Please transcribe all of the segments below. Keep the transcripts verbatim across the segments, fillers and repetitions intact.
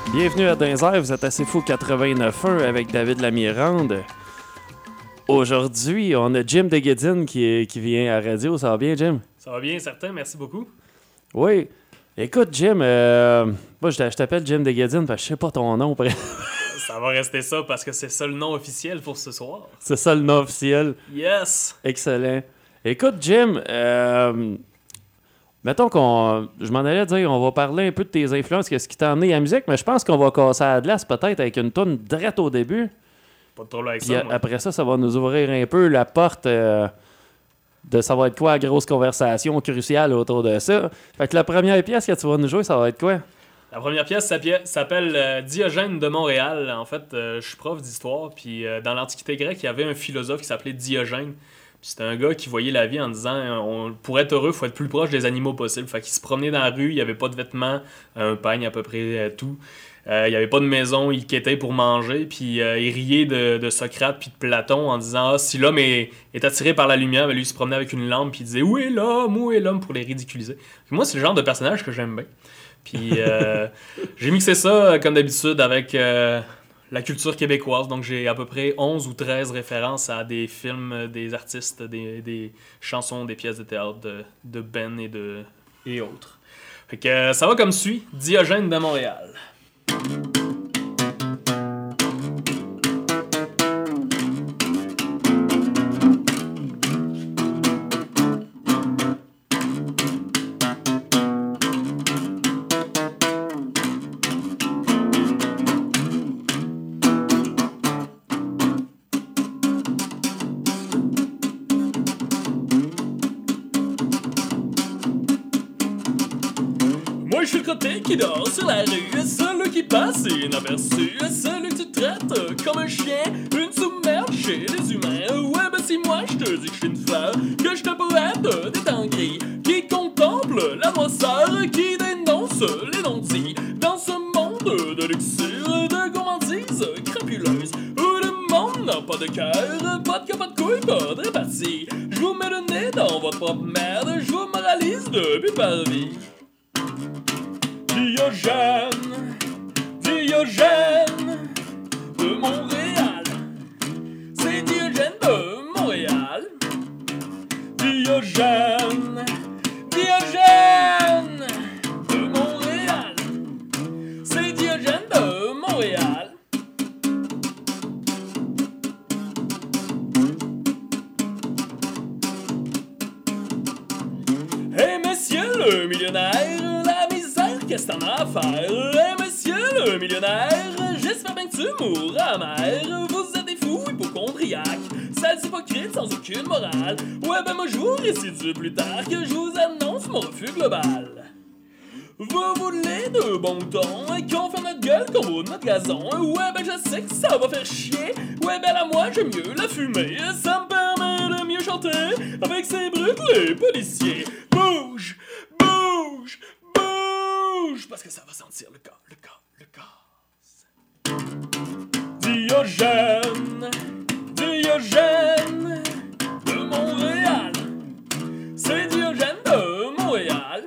Bienvenue à Dinzer, vous êtes assez fou quatre-vingt-neuf un avec David Lamirande. Aujourd'hui, on a Jim Deguedine qui, qui vient à la radio. Ça va bien, Jim? Ça va bien, certain. Merci beaucoup. Oui. Écoute, Jim, euh, moi, je t'appelle Jim Deguedine parce que je sais pas ton nom. Ça va rester ça parce que c'est ça le nom officiel pour ce soir. C'est ça le nom officiel. Yes! Excellent. Écoute, Jim, euh, mettons qu'on... Je m'en allais dire, on va parler un peu de tes influences, qu'est-ce qui t'a amené à la musique, mais je pense qu'on va casser à la glace peut-être avec une toune drette au début. Pas de trouble avec Puis ça, moi. après ça, ça va nous ouvrir un peu la porte euh, de ça va être quoi la grosse conversation cruciale autour de ça. Fait que la première pièce que tu vas nous jouer, ça va être quoi? La première pièce s'appelle, s'appelle euh, Diogène de Montréal. En fait, euh, je suis prof d'histoire, puis euh, dans l'Antiquité grecque, il y avait un philosophe qui s'appelait Diogène. Puis c'était un gars qui voyait la vie en disant on, pour être heureux, il faut être plus proche des animaux possible. Fait qu'il se promenait dans la rue, il n'y avait pas de vêtements, un peigne à peu près euh, tout. Euh, il n'y avait pas de maison, il quêtait pour manger, puis euh, il riait de, de Socrate puis de Platon en disant ah, si l'homme est, est attiré par la lumière, ben lui il se promenait avec une lampe puis il disait où est l'homme, où est l'homme pour les ridiculiser. Puis moi, c'est le genre de personnage que j'aime bien. Puis euh, j'ai mixé ça, comme d'habitude, avec euh, la culture québécoise. Donc j'ai à peu près onze ou treize références à des films, des artistes, des, des chansons, des pièces de théâtre de, de Ben et, de, et autres. Fait que euh, ça va comme suit, Diogène de Montréal. Moi je suis le crotté qui dort sur la rue, celui qui passe inaperçu, celui que tu traites comme un chien, une sous-merde chez les humains. Ouais ben si moi je te dis que je suis une fleur, que je te poète des temps gris, qui contemple la noirceur, qui dénonce les non-dits, dans ce monde de luxure, de gourmandise crapuleuse, où le monde n'a pas de cœur, pas de cœur, pas de couilles, pas de répartie. Je vous mets le nez dans votre propre merde, je vous moralise depuis par vie. Diogène, Diogène de Montréal. C'est Diogène de Montréal. Diogène, Diogène de Montréal. C'est Diogène de Montréal. Hey messieurs le millionnaire, qu'est-ce que t'en as à faire? Eh monsieur le millionnaire, j'espère bien que tu mourras amer. Vous êtes des fous hypochondriaques, sales hypocrites sans aucune morale. Ouais ben moi je vous récidue plus tard que je vous annonce mon refus global. Vous voulez de bons moutons qu'on fait notre gueule comme au notre gazon? Ouais ben je sais que ça va faire chier. Ouais ben à moi j'aime mieux la fumée. Ça me permet de mieux chanter avec ces brutes les policiers. Bouge, bouge, bouge, parce que ça va sentir le gaz, le gaz, le gaz. Diogène, Diogène de Montréal. C'est Diogène de Montréal.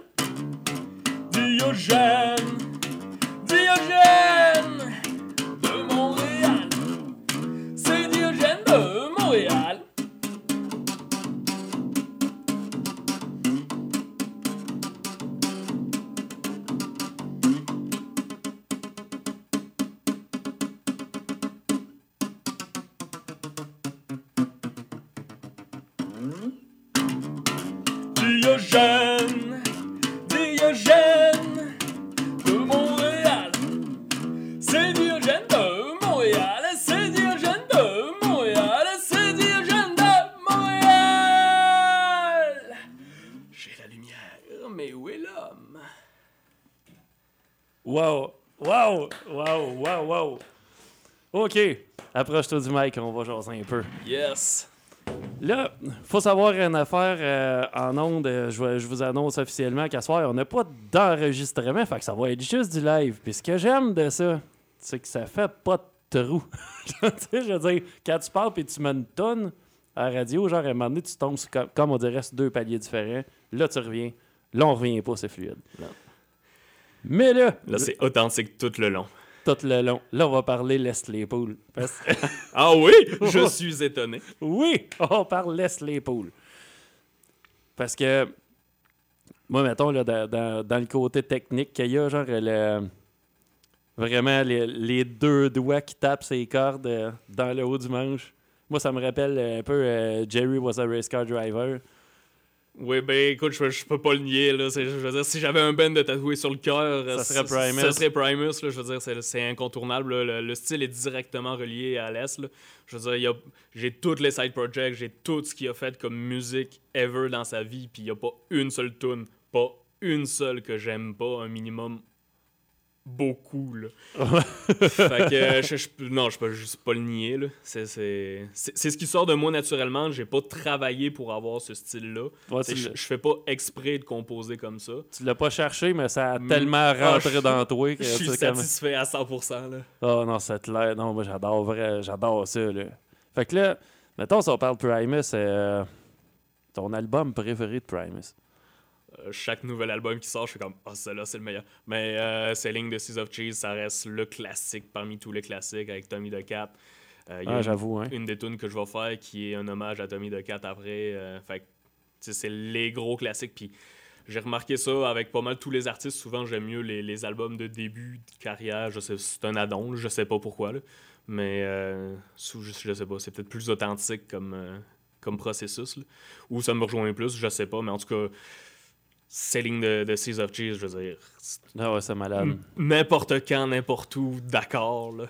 Diogène, Diogène de Montréal. C'est Diogène de Montréal. Diogène, Diogène de Montréal. C'est Diogène de Montréal. C'est Diogène de Montréal. C'est Diogène de Montréal. J'ai la lumière, mais où est l'homme? Wow! Wow! Wow! Wow! Wow! OK. Approche-toi du mic, on va jaser un peu. Yes. Là, faut savoir une affaire euh, en ondes. Euh, je, je vous annonce officiellement qu'à soir, on n'a pas d'enregistrement, fait que ça va être juste du live. Puis ce que j'aime de ça, c'est que ça fait pas de trou. Tu sais, je veux dire, quand tu parles et tu mets une tonne à la radio, genre à un moment donné, tu tombes sur, comme, comme on dirait, sur deux paliers différents. Là, tu reviens. Là, on revient pas, c'est fluide. Non. Mais là... Là, c'est authentique tout le long. tout le long. Là, on va parler Les Claypool. Parce... Ah oui? Je suis étonné. Oui, on parle Les Claypool. Parce que, moi, mettons, là, dans, dans, dans le côté technique qu'il y a, genre, le, vraiment, les, les deux doigts qui tapent ses cordes euh, dans le haut du manche. Moi, ça me rappelle un peu euh, Jerry was a race car driver. Oui, ben écoute, je, je peux pas le nier, là. C'est, je veux dire, si j'avais un band de tatoué sur le cœur, ça serait Primus. Ça serait Primus, là. Je veux dire, c'est, c'est incontournable. Le, le style est directement relié à l'Est, là. Je veux dire, y a, j'ai tous les side projects, j'ai tout ce qu'il a fait comme musique ever dans sa vie, puis il y a pas une seule tune, pas une seule que j'aime pas, un minimum beaucoup, là. Fait que, euh, je, je, non, je peux juste pas le nier, là. C'est, c'est, c'est, c'est ce qui sort de moi naturellement. J'ai pas travaillé pour avoir ce style-là. Ouais, je, je fais pas exprès de composer comme ça. Tu l'as pas cherché, mais ça a Mm. tellement rentré Ah, je, dans toi que je suis satisfait comme... à cent pour cent, là. Oh non, c'est clair. Non, moi, j'adore vrai, j'adore ça, là. Fait que là, mettons, si on parle de Primus, euh, ton album préféré de Primus. Euh, chaque nouvel album qui sort, je suis comme « Ah, oh, celui-là, c'est le meilleur. » Mais euh, Sailing the Seas of Cheese, ça reste le classique parmi tous les classiques avec Tommy the Cat. Euh, ah, une, j'avoue, hein. Une des tunes que je vais faire qui est un hommage à Tommy the Cat après. Euh, fait que, c'est les gros classiques. Puis j'ai remarqué ça avec pas mal tous les artistes. Souvent, j'aime mieux les, les albums de début de carrière. Je sais, c'est un addon, je sais pas pourquoi. Là. Mais euh, je, je sais pas, c'est peut-être plus authentique comme, euh, comme processus. Là. Ou ça me rejoint plus, je sais pas. Mais en tout cas... Sailing the, the Seas of Cheese, je veux dire. Ah ouais, c'est malade. M- n'importe quand, n'importe où, d'accord, là.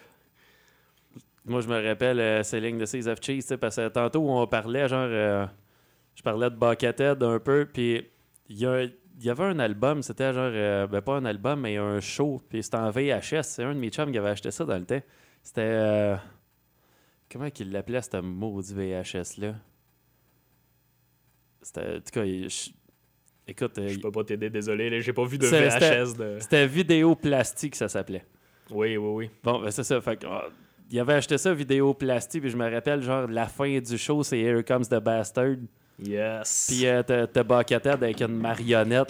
Moi, je me rappelle euh, Sailing the Seas of Cheese, parce que tantôt où on parlait, genre, euh, je parlais de Buckethead un peu, puis il y, y avait un album, c'était genre, euh, ben pas un album, mais un show, puis c'était en V H S. C'est un de mes chums qui avait acheté ça dans le temps. C'était. Euh, comment qu'il l'appelait, ce maudit V H S-là? C'était. En tout cas, il, je, écoute, Je euh, peux pas t'aider, désolé, là, j'ai pas vu de c'est- V H S de... c'était Vidéo Plastique, ça s'appelait. Oui, oui, oui. Bon, ben c'est ça. Fait que, oh, il avait acheté ça, Vidéo Plastique, puis je me rappelle, genre, la fin du show, c'est Here Comes the Bastard. Yes. Puis euh, t'as, t'as Buckethead avec une marionnette.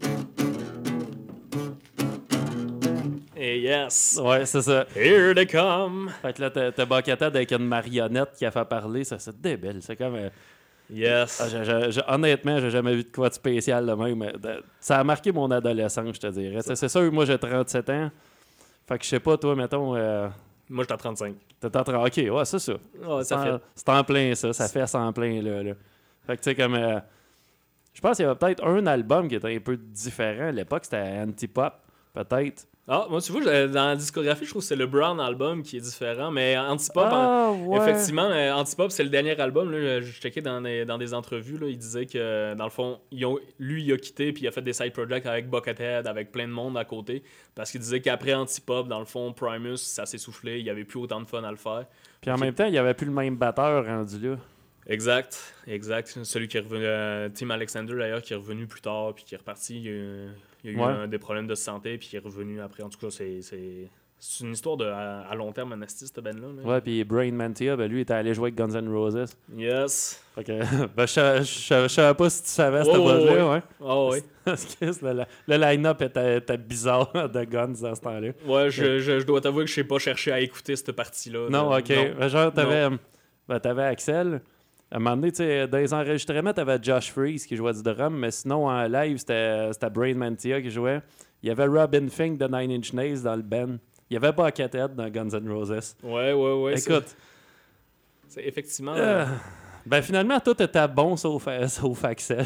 Et yes. Ouais, c'est ça. Here they come. Fait que là, t'as, t'as Buckethead avec une marionnette qui a fait parler. Ça, c'est débile. C'est comme... euh, Yes. ah, j'ai- j'ai- j'ai- honnêtement, j'ai jamais vu de quoi de spécial de même. mais de- ça a marqué mon adolescence, je te dirais. C'est, c'est sûr, moi, j'ai trente-sept ans. Fait que je sais pas, toi, mettons... Euh, Moi, j'étais à trente-cinq. t'es en train... OK, ouais, c'est ça. Ouais, c'est, ça en, fait. c'est en plein, ça. Ça fait en plein, là. là. Fait que, tu sais, comme... euh, je pense qu'il y avait peut-être un album qui était un peu différent. À l'époque, c'était Antipop, peut-être. Ah, moi, tu vois, je- dans la discographie, je trouve que c'est le Brown album qui est différent, mais Antipop, en- Ah, ouais. effectivement, euh, Antipop, c'est le dernier album. Là, je checkais dans des, dans des entrevues, là, il disait que, dans le fond, ils ont, lui, il a quitté, puis il a fait des side projects avec Buckethead, avec plein de monde à côté, parce qu'il disait qu'après Antipop, dans le fond, Primus, ça s'est soufflé, il n'y avait plus autant de fun à le faire. Puis en Puis- même temps, il n'y avait plus le même batteur rendu là. Exact, exact. Celui qui est revenu, euh, Tim Alexander d'ailleurs, qui est revenu plus tard, puis qui est reparti. Il y a eu, il y a eu Ouais. un- des problèmes de santé, puis il est revenu après. En tout cas, c'est, c'est, c'est une histoire de, à, à long terme, Anasty, cette band-là. là. Ouais, puis Brain Mantia, ben lui, il était allé jouer avec Guns N' Roses. Yes. Fait que, ben, je savais- je savais je savais pas si tu savais cette Oh, bande-là, ouais. Ah oui. Parce que le, le line-up était, était bizarre de Guns dans ce temps-là. Ouais, je, je, je dois t'avouer que je n'ai pas cherché à écouter cette partie-là. Non, de- ok. Ben, genre, t'avais, Non. ben, t'avais Axel. À un moment donné, tu sais, dans les enregistrements, t'avais Josh Freeze qui jouait du drum, mais sinon, en live, c'était, c'était Brain Mantia qui jouait. Il y avait Robin Fink de Nine Inch Nails dans le band. Il y avait Buckethead dans Guns N' Roses. Ouais, ouais, ouais. c'est- Écoute, C'est, effectivement... euh, euh, ben finalement, tout était bon sauf, euh, sauf Axel.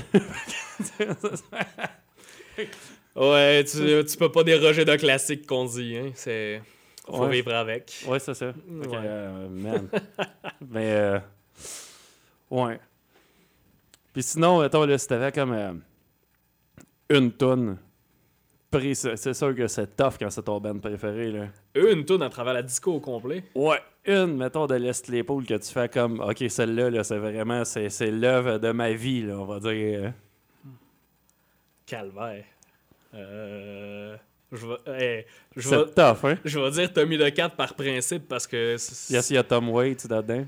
Ouais, tu, tu peux pas déroger d'un classique qu'on dit. Hein. C'est... Faut Ouais. vivre avec. Ouais, c'est ça. Fait que, Ouais. euh, man. Mais, euh, ouais. Puis sinon, mettons, là, si t'avais comme euh, une toune, pris, c'est c'est sûr que c'est tough quand c'est ton band préféré, là. Eux, une tourne à travers la disco au complet. Ouais. Une, mettons, de Les Claypool que tu fais comme, OK, celle-là, là, c'est vraiment, c'est, c'est l'œuvre de ma vie, là, on va dire. euh. Calvaire. Euh... Je vais, hey, je, C'est vais, tough, hein? je vais dire Tommy the Cat par principe parce que. c'est- Yes, il y a Tom Waits dedans.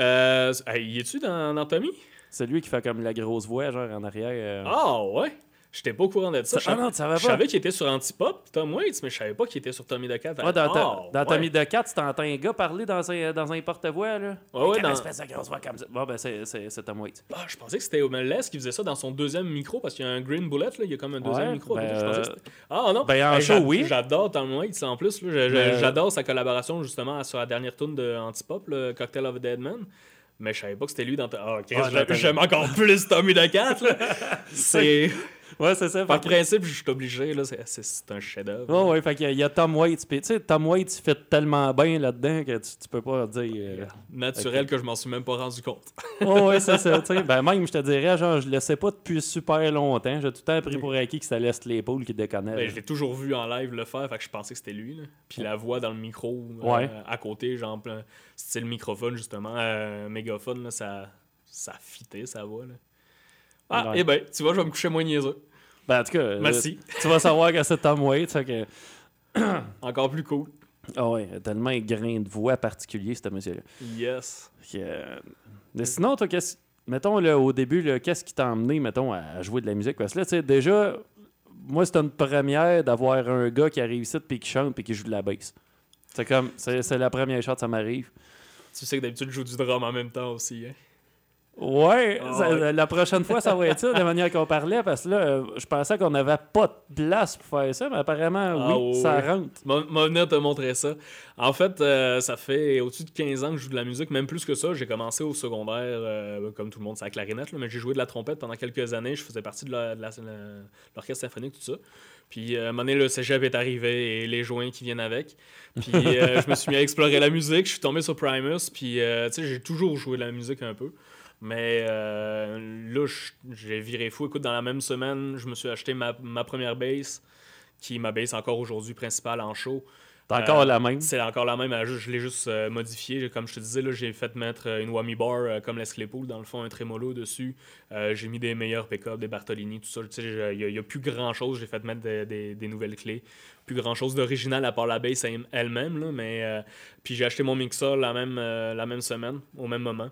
Euh, hey, y es-tu dans, dans Tommy? C'est lui qui fait comme la grosse voix, genre, en arrière. euh. Ah ouais! J'étais pas au courant de ça. Ça- ah non, tu savais Je pas? savais qu'il était sur Antipop, Tom Waits, mais je savais pas qu'il était sur Tommy the Cat. Ouais, dans ta- Oh, dans ouais. Tommy the Cat, tu t'entends un gars parler dans un, dans un porte-voix, là. Ouais, ouais, Quelle dans- espèce de grosse voix comme ça. Bon, ben, c'est, c'est, c'est Tom Waits. Ah, je pensais que c'était Omeless qui faisait ça dans son deuxième micro parce qu'il y a un Green Bullet, là, il y a comme un deuxième Ouais, micro. ben, je pensais que euh, c'était- ah non, ben, en Hey, show, j'a- oui. J'adore Tom Waits en plus. Là, je- je- Mais- J'adore sa collaboration justement sur la dernière tune de Antipop, le Cocktail of a Dead Man. Mais je savais pas que c'était lui dans ta. Ah, Chris, Ah, j'aime- j'aime- j'aime encore plus Tommy the Cat. Là. C'est. Ouais, c'est ça. Par fait que- principe, je suis obligé. Là, c'est, c'est, c'est un chef-d'œuvre. Ouais, ouais, fait qu'il y a- il y a Tom Waits. Puis, tu sais, Tom Waits fait tellement bien là-dedans que tu, tu peux pas dire. euh, Naturel que je m'en suis même pas rendu compte. Ouais, ouais, c'est ça. tu sais. Ben, même, je te dirais, genre, je le sais pas depuis super longtemps. J'ai tout le temps pris pour acquis que c'était Les Claypool qui déconnait. Ben, là. je l'ai toujours vu en live le faire, fait que je pensais que c'était lui. Là. Puis la voix dans le micro euh, Ouais. à côté, genre plein style microphone justement, euh, mégaphone, là, ça, ça fitait sa voix. Là. Ah, Ouais. et ben, tu vois, je vais me coucher moins niaiseux. Ben, en tout cas, euh, Merci. tu vas savoir que c'est Tom Waits. Fait que... Encore plus cool. Ah ouais, il a tellement un grain de voix particulier, ce monsieur-là. Yes. Fait que, euh, Mais sinon, toi, qu'est-ce... mettons, là, au début, là, qu'est-ce qui t'a emmené, mettons, à jouer de la musique? Parce que là, tu sais, déjà, moi, c'est une première d'avoir un gars qui a réussi puis qui chante puis qui joue de la bass. C'est comme, c'est, c'est la première chose que ça m'arrive. Tu sais que d'habitude, je joue du drum en même temps aussi. Hein? Ouais, Ah ça- ouais. la prochaine fois, ça va être ça, de la manière qu'on parlait, parce que là, euh, je pensais qu'on n'avait pas de place pour faire ça, mais apparemment, Ah oui, ouais. ça rentre. M'a m'a venir te montrer ça. En fait, euh, ça fait au-dessus de quinze ans que je joue de la musique, même plus que ça. J'ai commencé au secondaire, euh, comme tout le monde, c'est la clarinette, là, mais j'ai joué de la trompette pendant quelques années. Je faisais partie de la- de la- de l'orchestre symphonique, tout ça. Puis, euh, à un moment donné, le cégep est arrivé et les joints qui viennent avec. Puis, euh, je me suis mis à explorer la musique. Je suis tombé sur Primus. Puis, euh, tu sais, j'ai toujours joué de la musique un peu. Mais euh, là, je- j'ai viré fou. Écoute, dans la même semaine, je me suis acheté ma, ma première bass, qui est ma bass encore aujourd'hui principale en show. T'as encore Euh, la même. C'est encore la même, elle a juste- je l'ai juste euh, modifiée. Comme je te disais, là, j'ai fait mettre euh, une whammy bar euh, comme Les Claypool, dans le fond, un trémolo dessus. Euh, j'ai mis des meilleurs pick-up, des Bartolini, tout ça. Tu sais, il n'y a, plus grand-chose. J'ai fait mettre des, des- des nouvelles clés. Plus grand-chose d'original à part la bass elle- elle-même. Là, mais euh, puis j'ai acheté mon mixer la même, euh, la même semaine, au même moment.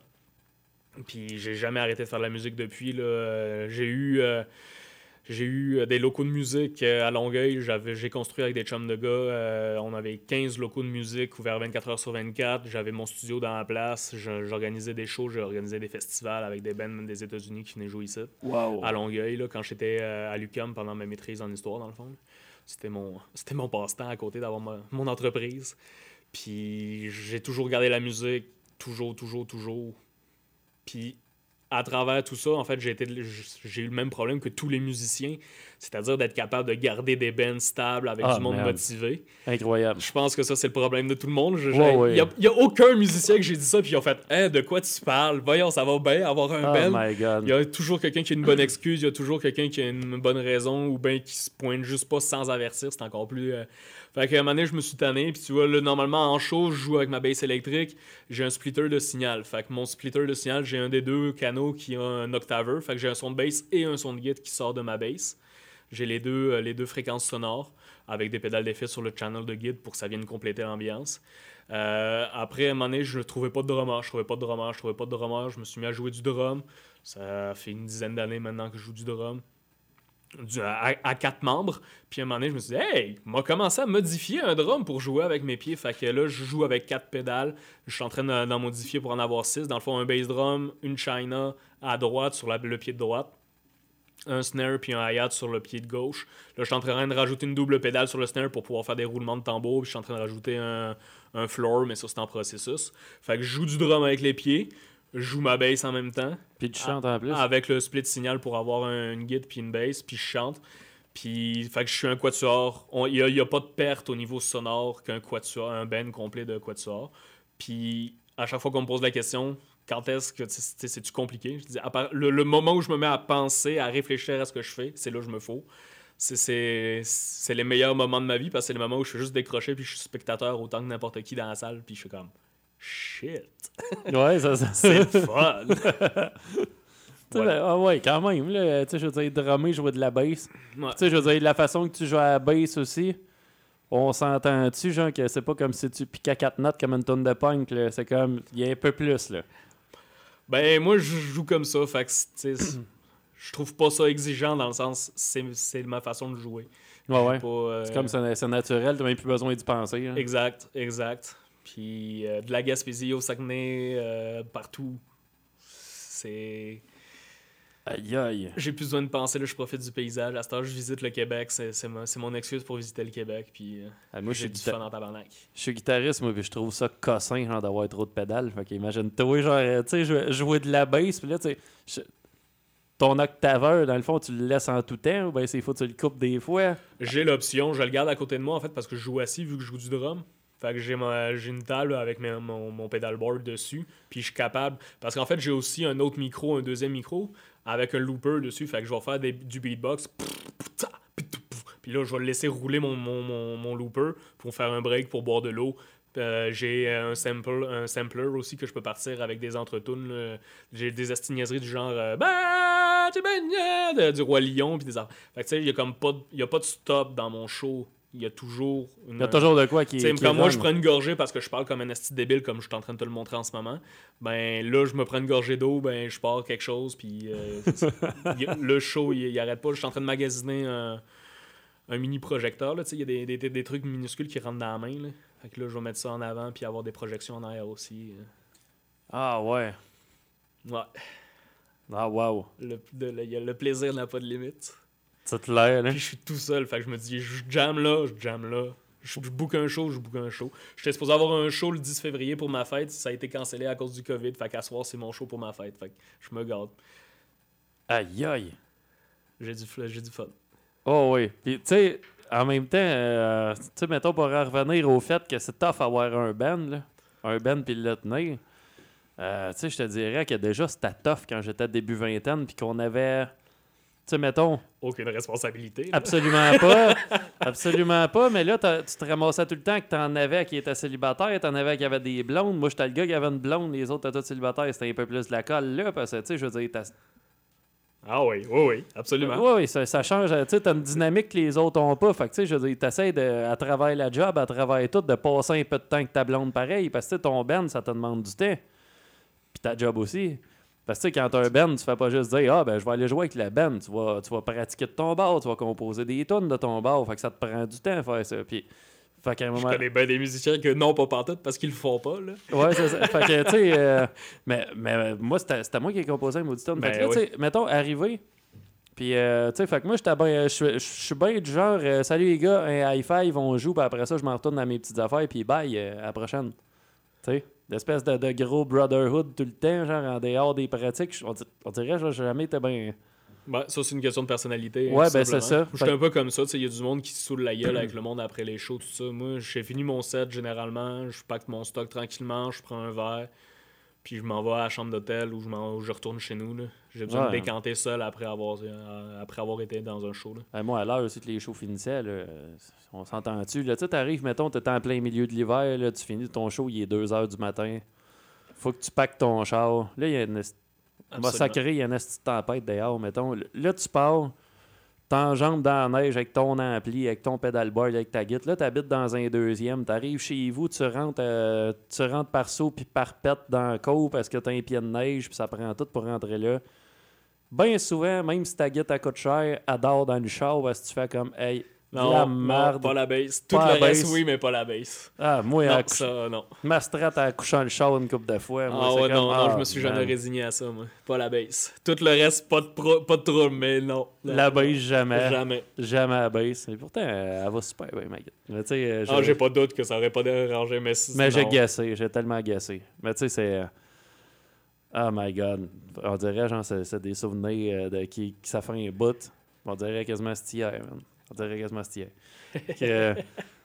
Puis j'ai jamais arrêté de faire de la musique depuis. Là. Euh, j'ai eu... euh, J'ai eu euh, des locaux de musique euh, à Longueuil. J'avais, j'ai construit avec des chums de gars. Euh, on avait quinze locaux de musique ouverts vingt-quatre heures sur vingt-quatre. J'avais mon studio dans la place. Je- j'organisais des shows, j'organisais des festivals avec des bands des États-Unis qui venaient jouer ici, Wow. à Longueuil, là, quand j'étais euh, à l'U Q A M pendant ma maîtrise en histoire, dans le fond. C'était mon, c'était mon passe-temps à côté d'avoir ma- mon entreprise. Puis j'ai toujours gardé la musique, toujours, toujours, toujours. Puis à travers tout ça, en fait, j'ai, été, j'ai eu le même problème que tous les musiciens, c'est-à-dire d'être capable de garder des bands stables avec Ah, du monde merde. motivé. Incroyable. Je pense que ça, c'est le problème de tout le monde. Je- Ouais, j'ai- ouais. Il n'y a, a aucun musicien que j'ai dit ça, puis ils ont fait hey, de quoi tu parles? Voyons, ça va bien avoir un Oh band. my God. Il y a toujours quelqu'un qui a une bonne excuse, il y a toujours quelqu'un qui a une bonne raison, ou bien qui se pointe juste pas sans avertir. C'est encore plus. euh, Fait qu'à un moment donné, je me suis tanné, puis tu vois, là, normalement, en show, je joue avec ma bass électrique, j'ai un splitter de signal. Fait que mon splitter de signal, j'ai un des deux canaux qui a un octaveur. Fait que j'ai un son de bass et un son de guitare qui sort de ma bass. J'ai les deux, euh, les deux fréquences sonores avec des pédales d'effet sur le channel de guide pour que ça vienne compléter l'ambiance. Euh, après, à un moment donné, je ne trouvais pas de drummer, je trouvais pas de drummer, je trouvais pas de drummer. Je me suis mis à jouer du drum. Ça fait une dizaine d'années maintenant que je joue du drum. Du, à, à quatre membres. Puis à un moment donné, je me suis dit, hey, m'a commencé à modifier un drum pour jouer avec mes pieds. Fait que là, je joue avec quatre pédales. Je suis en train d'en modifier pour en avoir six. Dans le fond, un bass drum, une China à droite sur la, le pied de droite, un snare puis un hi-hat sur le pied de gauche. Là, je suis en train de rajouter une double pédale sur le snare pour pouvoir faire des roulements de tambour. Puis je suis en train de rajouter un, un floor, mais ça, c'est en processus. Fait que je joue du drum avec les pieds. Je joue ma bass en même temps. Puis tu chantes en plus. Avec le split signal pour avoir un, une guide puis une bass, puis je chante. Puis, fait que je suis un quatuor. Il n'y a, a pas de perte au niveau sonore qu'un quatuor, un band complet de quatuor. Puis, à chaque fois qu'on me pose la question, quand est-ce que, tu sais, c'est-tu compliqué? Je dis, à part, le, le moment où je me mets à penser, à réfléchir à ce que je fais, c'est là que je me fous. C'est, c'est, c'est les meilleurs moments de ma vie parce que c'est le moment où je suis juste décroché puis je suis spectateur autant que n'importe qui dans la salle. Puis je suis comme, shit, Ouais, ça, ça. c'est fun! Tu sais, Ouais. ben, ah ouais, quand même. Là, tu sais, je veux dire, drummer, jouer de la bass. Ouais. Tu sais, je veux dire, la façon que tu joues à la bass aussi, on s'entend-tu, genre, que c'est pas comme si tu piquais quatre notes comme une tonne de punk, là. C'est comme, il y a un peu plus, là. Ben, moi, je joue comme ça. Fait que, tu sais, je trouve pas ça exigeant dans le sens, c'est, c'est ma façon de jouer. Ouais, ouais. Pas, euh, C'est comme c'est, c'est naturel, t'as même plus besoin d'y penser. Hein. Exact, exact. Puis euh, de la Gaspésie au Saguenay, euh, partout. C'est... Aïe, aïe. J'ai plus besoin de penser, là, je profite du paysage. À ce temps, je visite le Québec. C'est, c'est, ma, c'est mon excuse pour visiter le Québec. Puis euh, Ah, moi, j'ai je du suis fun en tabarnak. Je suis guitariste, moi, puis je trouve ça cossin, genre, d'avoir trop de pédales. Fait qu'imagine-toi, genre, euh, tu sais, jouer, jouer de la bass, puis là, tu sais, je- ton octaveur, dans le fond, tu le laisses en tout temps, ou bien c'est faut que tu le coupes des fois. J'ai l'option, je le garde à côté de moi, en fait, parce que je joue assis vu que je joue du drum. Fait que j'ai, ma, j'ai une table avec mes- mon, mon pedalboard dessus, puis je suis capable... Parce qu'en fait, j'ai aussi un autre micro, un deuxième micro, avec un looper dessus, fait que je vais faire des, du beatbox. Puis là, je vais le laisser rouler mon, mon, mon, mon looper pour faire un break, pour boire de l'eau. Euh, j'ai un, sample, un sampler aussi que je peux partir avec des entretunes. Là. J'ai des astignaseries du genre euh, bah, tu ben, de- du Roi Lion. Puis des affaires. Fait que tu sais, il n'y a comme pas de, il y a pas de stop dans mon show. Il y a toujours une. Il y a toujours de quoi qui Tu sais, qui quand moi run. je prends une gorgée parce que je parle comme un asti débile, comme je suis en train de te le montrer en ce moment, ben là, je me prends une gorgée d'eau, ben je pars quelque chose, puis euh, il y a- le show, il, il arrête pas. Je suis en train de magasiner un, un mini projecteur. Là, tu sais, il y a des, des, des- des trucs minuscules qui rentrent dans la main. Là. Fait que là, je vais mettre ça en avant, puis avoir des projections en arrière aussi. Ah, ouais. Ouais. Ah, wow. Le, de- le, y a- le plaisir n'a pas de limite. Ça te l'air, là. Puis je suis tout seul, fait que je me dis, je jam là, je jam là. Je, je book un show, je book un show. J'étais supposé avoir un show le dix février pour ma fête, ça a été cancellé à cause du COVID, fait qu'à soir, c'est mon show pour ma fête, fait que je me garde. Aïe, aïe. J'ai du, fl- j'ai du fun. Oh, oui. Puis, tu sais, en même temps, euh, tu sais, mettons, pour en revenir au fait que c'est tough avoir un band, là. Un band puis le tenir. Euh, tu sais, je te dirais que déjà, c'était tough quand j'étais début vingtaine, puis qu'on avait. Tu sais, mettons. Aucune responsabilité. Là. Absolument pas. Absolument pas. Mais là, t'as- tu te ramassais tout le temps que t'en avais qui étaient célibataires, t'en avais qui avaient des blondes. Moi, j'étais le gars qui avait une blonde, les autres étaient tous célibataires. C'était un peu plus de la colle, là, parce que, tu sais, je veux dire, t'as... Ah oui, oui, oui, absolument. Oui, oui, ça, ça change. Tu sais, t'as une dynamique que les autres ont pas. Fait que, tu sais, je veux dire, t'essaies de, à travers la job, à travers tout, de passer un peu de temps avec ta blonde pareil, parce que, tu sais, ton band, ça te demande du temps. Puis ta job aussi. Parce que, tu sais, quand t'as un band, tu fais pas juste dire, ah, ben, je vais aller jouer avec la band. Tu vas, tu vas pratiquer de ton bar, tu vas composer des tunes de ton bar. Fait que ça te prend du temps à faire ça. Puis, fait qu'à un Je moment. connais bien des musiciens que non, pas pantoute parce qu'ils le font pas. Là. Ouais, c'est ça. Fait que, tu sais, euh, mais, mais moi, c'était, c'était moi qui ai composé un maudit tune. Fait Ben que là, oui. tu sais, mettons, arrivé. Puis, euh, tu sais, fait que moi, j'étais bien. Je suis bien du genre, euh, salut les gars, un high five, on joue, puis après ça, je m'en retourne dans mes petites affaires, puis bye, euh, à la prochaine. Tu sais, l'espèce de, de gros brotherhood tout le temps, genre en dehors des pratiques. On, dir- on dirait, genre, j'ai jamais été bien. Ben, ça, c'est une question de personnalité. Ouais, hein, ben, simplement. c'est ça. Je suis un peu comme ça. Il y a du monde qui se saoule la gueule avec le monde après les shows, tout ça. Moi, j'ai fini mon set généralement. Je pacte mon stock tranquillement. Je prends un verre. Puis je m'en vais à la chambre d'hôtel ou je, m'en, ou je retourne chez nous. Là. J'ai besoin Ouais. de décanter seul après avoir, euh, après avoir été dans un show. Là. Euh, moi, à l'heure aussi que les shows finissaient, là, euh, on s'entend-tu? Là, tu sais, t'arrives, mettons, t'es en plein milieu de l'hiver, là, tu finis ton show, il est deux heures du matin. Faut que tu packs ton char. Là, il y a une. esti- Absolument. Massacré, il y a une petite tempête dehors, mettons. Là, tu pars, t'enjambes dans la neige avec ton ampli, avec ton pedalboard, avec ta guitare. Là, t'habites dans un deuxième. T'arrives chez vous, tu rentres, euh, tu rentres par saut puis par pète dans le cours parce que t'as un pied de neige puis ça prend tout pour rentrer là. Bien souvent, même si ta guitare coûte cher, elle dort dans le char parce que tu fais comme, hey, Non, la non, merde. pas la bass. Tout Pas le la reste, bass. oui, mais pas la bass. Ah, moi, Non, à couche- ça, non. ma strat a couché le char une couple de fois. Moi, Ah c'est ouais, comme, non, non, ah, je me suis jamais man. résigné à ça, moi. Pas la bass. Tout le reste, pas de, pro, pas de trouble, mais non. La baisse, jamais. Jamais. Jamais à la baisse. Mais pourtant, euh, elle va super bien, ma guitare. Mais tu sais, euh, Ah, j'ai pas de doute que ça aurait pas dérangé, mais si- Mais j'ai non. gassé, j'ai tellement gassé. Mais tu sais, c'est. euh, Oh my god. On dirait, genre, c'est, c'est des souvenirs euh, de, qui, qui ça fait un bout. On dirait quasiment c'était hier, man. On dirait quasiment c'était hier. Que, euh,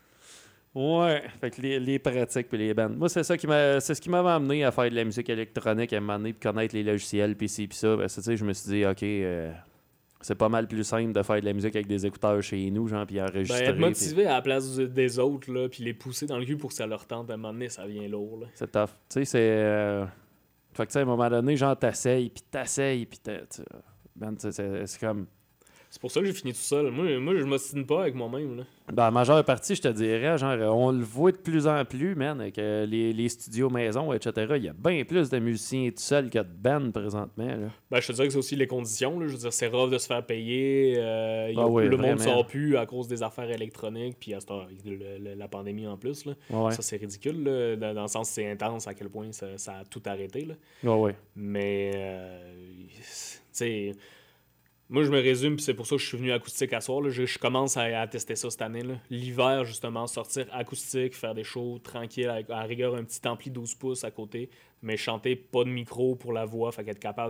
ouais. Fait que les, les pratiques puis les bandes. Moi, c'est ça qui m'a. C'est ce qui m'avait amené à faire de la musique électronique à un moment donné, puis connaître les logiciels, puis ci, puis ça. Ben, tu sais, je me suis dit, OK. euh, c'est pas mal plus simple de faire de la musique avec des écouteurs chez nous, genre, puis enregistrer. Ben, être puis- motivé à la place du- des autres, là, puis les pousser dans le cul pour que ça leur tente à un moment donné, ça vient lourd, là. C'est tough. Tu sais, c'est. euh, Fait que, tu sais, à un moment donné, genre, t'essayes, puis t'essayes, puis t'as- tu- man, tu sais, c'est, c'est comme. C'est C'est pour ça que j'ai fini tout seul. Moi, moi je m'ostine pas avec moi-même. Là. Ben, la majeure partie, je te dirais, genre, on le voit de plus en plus, man, avec euh, les, les studios maison, et cetera. Il y a bien plus de musiciens tout seuls que de bands présentement. Là. Ben, je te dirais que c'est aussi les conditions. Là. Je veux dire, c'est rough de se faire payer. Euh, Ah oui, le monde vraiment. sort plus à cause des affaires électroniques. Puis à cette heure, avec le- le- la pandémie en plus. Là. Ouais, ouais. Ça, c'est ridicule. Là, dans, dans le sens, c'est intense à quel point ça, ça a tout arrêté. Là. Ouais, ouais. Mais, euh, tu sais, moi, je me résume, puis c'est pour ça que je suis venu acoustique à soir. Là. Je, je commence à, à tester ça cette année. Là. L'hiver, justement, sortir acoustique, faire des shows tranquilles, avec, à rigueur un petit ampli douze pouces à côté, mais chanter pas de micro pour la voix, fait qu'être capable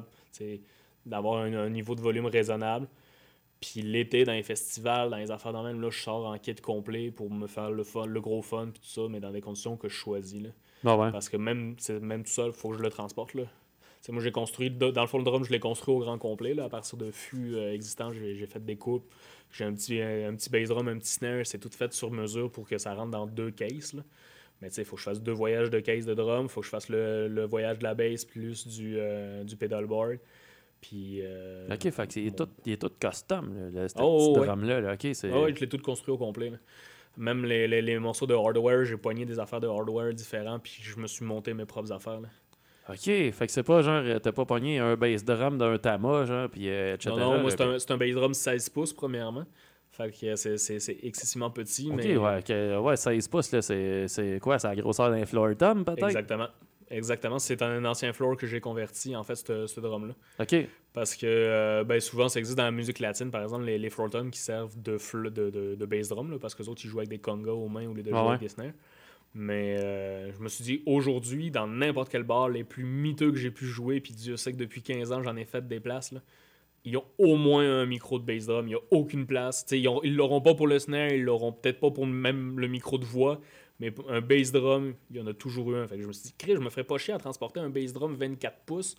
d'avoir un, un niveau de volume raisonnable. Puis l'été, dans les festivals, dans les affaires de même, là, je sors en kit complet pour me faire le fun, le gros fun, puis tout ça, mais dans des conditions que je choisis. Là. Ah ouais. Parce que même, même tout seul, il faut que je le transporte. Là. T'sais, moi, j'ai construit, dans le fond, le drum, je l'ai construit au grand complet. Là, à partir de fûts euh, existants, j'ai, j'ai fait des coupes. J'ai un petit, un, un petit bass drum, un petit snare. C'est tout fait sur mesure pour que ça rentre dans deux cases. Là. Mais il faut que je fasse deux voyages de case de drum. Il faut que je fasse le, le voyage de la bass plus du, euh, du pedalboard. Puis, euh, OK, fait que c'est, il, est tout, il est tout custom, là, le, ce oh, petit ouais. drum-là. Là. OK, c'est... Ah oui, je l'ai tout construit au complet. Là. Même les, les, les morceaux de hardware, j'ai poigné des affaires de hardware différents. Puis je me suis monté mes propres affaires. Là. OK, fait que c'est pas genre, t'as pas pogné un bass drum d'un Tama, genre, puis euh, et cetera. Non, non, moi, c'est puis... un, c'est un bass drum seize pouces, premièrement. Fait que c'est, c'est, c'est excessivement petit. OK, mais... ouais, okay, ouais, seize pouces, là, c'est, c'est quoi? C'est la grosseur d'un floor tom, peut-être? Exactement. Exactement. C'est un ancien floor que j'ai converti, en fait, ce, ce drum-là. OK. Parce que euh, ben, souvent, ça existe dans la musique latine, par exemple, les, les floor toms qui servent de, fl- de, de, de bass drum, là, parce que les autres, ils jouent avec des congas aux mains ou les deux Ah jouent ouais. avec des snares. Mais euh, je me suis dit, aujourd'hui, dans n'importe quel bar, les plus miteux que j'ai pu jouer, puis Dieu sait que depuis quinze ans, j'en ai fait des places, là, ils ont au moins un micro de bass drum, il n'y a aucune place. T'sais, ils, ont, ils l'auront pas pour le snare, ils l'auront peut-être pas pour même le micro de voix, mais un bass drum, il y en a toujours eu un. Fait que je me suis dit, Chris, je me ferais pas chier à transporter un bass drum vingt-quatre pouces,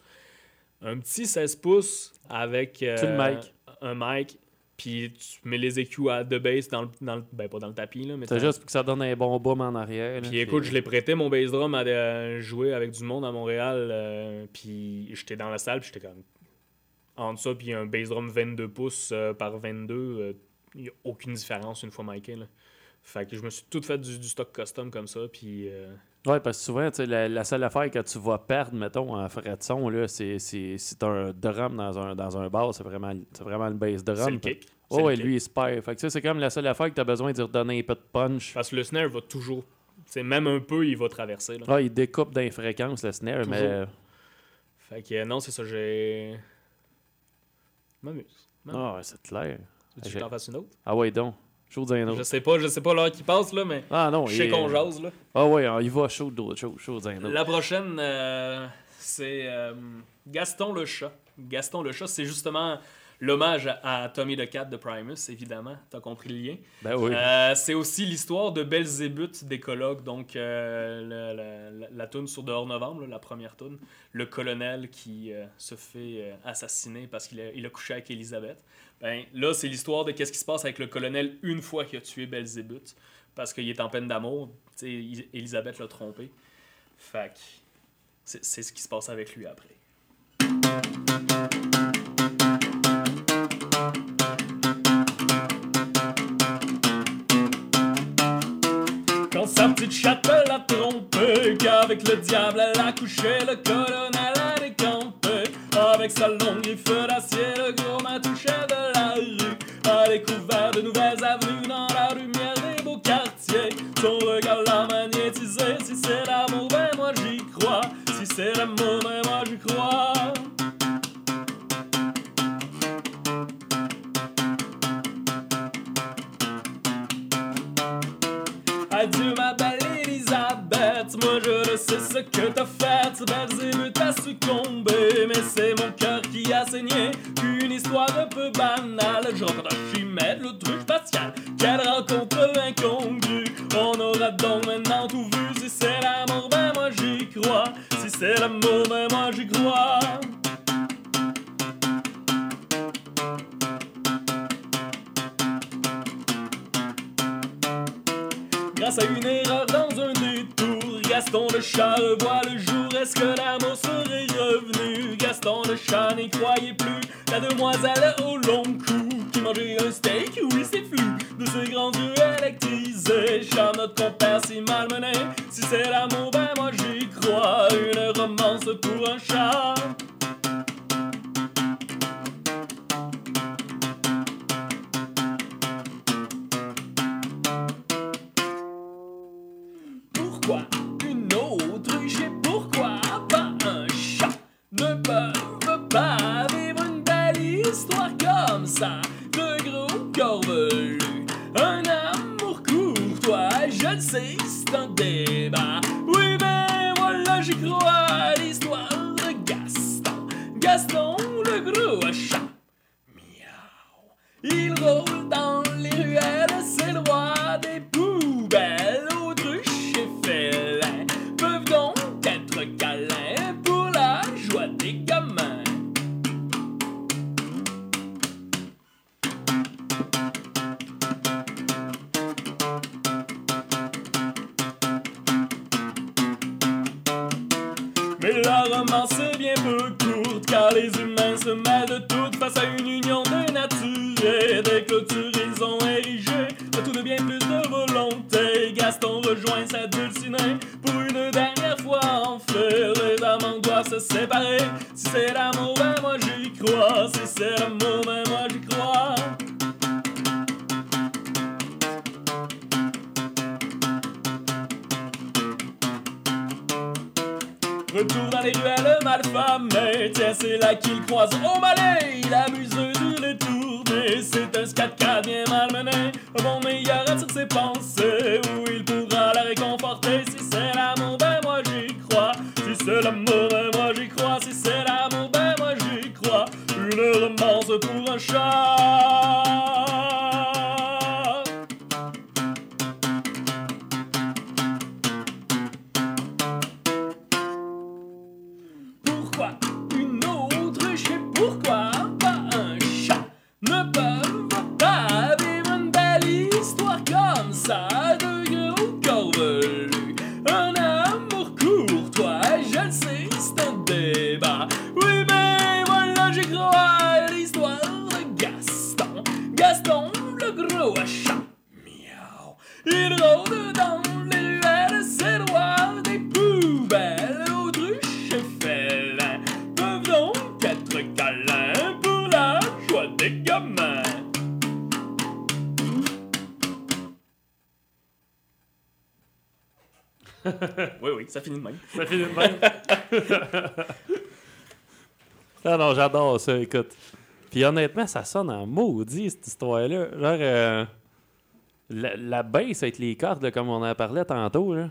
un petit seize pouces avec euh, Tu le mic. un mic, puis tu mets les E Q à deux bass dans le, dans le, ben pas dans le tapis, là, mais C'est dans- juste pour que ça donne un bon boom en arrière. là, puis écoute, je l'ai prêté mon bass drum à euh, jouer avec du monde à Montréal, euh, puis j'étais dans la salle, puis j'étais comme entre ça puis un bass drum vingt-deux pouces euh, par vingt-deux, il n'y a aucune différence une fois miké, là. Fait que je me suis tout fait du, du stock custom comme ça, puis euh, Ouais, parce que souvent, tu sais, la, la seule affaire que tu vas perdre, mettons, en frais de son, là, c'est, c'est, si t'as un drum dans un, dans un bar, c'est vraiment, c'est vraiment le bass drum. c'est le kick. Oh, C'est ouais, le kick. lui, il se perd. Fait que, tu sais, c'est comme la seule affaire que t'as besoin de lui redonner un peu de punch. Parce que le snare va toujours, c'est même un peu, il va traverser, là. Ah, il découpe dans les fréquences, le snare, Toujours. mais... Fait que euh, non, c'est ça, j'ai... M'amuse. m'amuse. Ah, ouais, c'est clair. Tu veux que je t'en fasse une autre? Ah ouais, donc. Chaud d'un Je autre. sais pas, je sais pas l'heure qui passe, là, mais Ah non, je il sais est- qu'on jase, là. Ah ouais, il va chaud d'autres choses. Chaud d'un autre. La prochaine, euh, c'est euh, Gaston le chat. Gaston le chat, c'est justement l'hommage à, à Tommy the Cat de Primus, évidemment. T'as compris le lien. Ben oui. Euh, c'est aussi l'histoire de Belzébuth d'écologue, donc euh, le- le- la, la toune sur Dehors Novembre, là, la première toune. Le colonel qui euh, se fait euh, assassiner parce qu'il a, il a couché avec Elisabeth. Ben, là, c'est l'histoire de qu'est-ce qui se passe avec le colonel une fois qu'il a tué Belzébuth, parce qu'il est en peine d'amour. T'sais, I- Elisabeth l'a trompé. Fait que c'est, c'est ce qui se passe avec lui après. Quand sa petite chatte l'a trompé, qu'avec le diable elle a couché, le colonel a décampé. Avec sa longue griffe d'acier, le gros matouché de la rue a découvert de nouvelles avenues dans la lumière des beaux quartiers. Son regard l'a magnétisé, si c'est l'amour, ben moi j'y crois. Si c'est l'amour, ben moi j'y crois. Adieu ma belle Elisabeth, moi je ne sais ce que t'as fait. Belzébuth t'a succombé, mais c'est mon cœur qui a saigné. Une histoire un peu banale, je rencontre Archimède, l'autruche spatiale. Quelle rencontre incongrue, on aura donc maintenant tout vu. Si c'est l'amour, ben moi j'y crois. Si c'est l'amour, ben moi j'y crois. Grâce à une erreur dans un détour, Gaston le chat revoit le jour. Est-ce que l'amour serait revenu? Gaston le chat n'y croyait plus. La demoiselle au long cou qui mangeait un steak, oui c'est flou, de ces grands yeux électrisés. Chante notre compère si malmené, si c'est l'amour, ben moi j'y crois. Une romance pour un chat. Pourquoi une autruche et pourquoi pas un chat ne peuvent pas vivre une belle histoire comme ça? De gros corvelus, un amour courtois, je le sais, c'est un débat. Oui, ben voilà, j'y crois, l'histoire de Gaston. Gaston, le gros chat. Miaou. Il roule dans les ruelles, c'est le roi des poubelles. Autruche et félin peuvent donc être câlins pour la joie des gamins. Mais la romance est bien peu courte, car les humains se mêlent de toutes face à une union dénaturée. Des clôtures ils ont érigé, de tout de bien plus de volonté. Gaston rejoint sa dulcinée pour une dernière fois enfer. Les amants doivent se séparer. Si c'est l'amour, ben moi j'y crois. Si c'est l'amour, ben moi j'y crois. Retour dans les ruelles malfamées. Tiens, c'est là qu'il croise au balai la museuse du lait tourné. C'est un scat-cat bien malmené. Un bon meilleur attire ses pensées, où il pourra la réconforter. Si c'est l'amour, ben moi j'y crois. Si c'est l'amour, ben moi j'y crois. Si c'est l'amour, ben moi j'y crois. Une romance pour un chat. Pourquoi une autruche et pourquoi pas un chat ne peuvent pas vivre une belle histoire comme ça? De gros corvelus, un amour courtois, je le sais, c'est un débat. Oui, mais voilà, j'y crois, l'histoire de Gaston. Gaston, le gros chat. Miaou. Il rôde dans les ruelles, c'est le roi des poubelles. Autruche et félin peuvent donc être câlins pour la joie des gamins. Oui, oui, ça finit de même. Ça finit de même. Ah non, j'adore ça, écoute. Puis honnêtement, ça sonne en maudit, cette histoire-là. Genre, euh, la, la bass avec les cordes, là, comme on en parlait tantôt, là.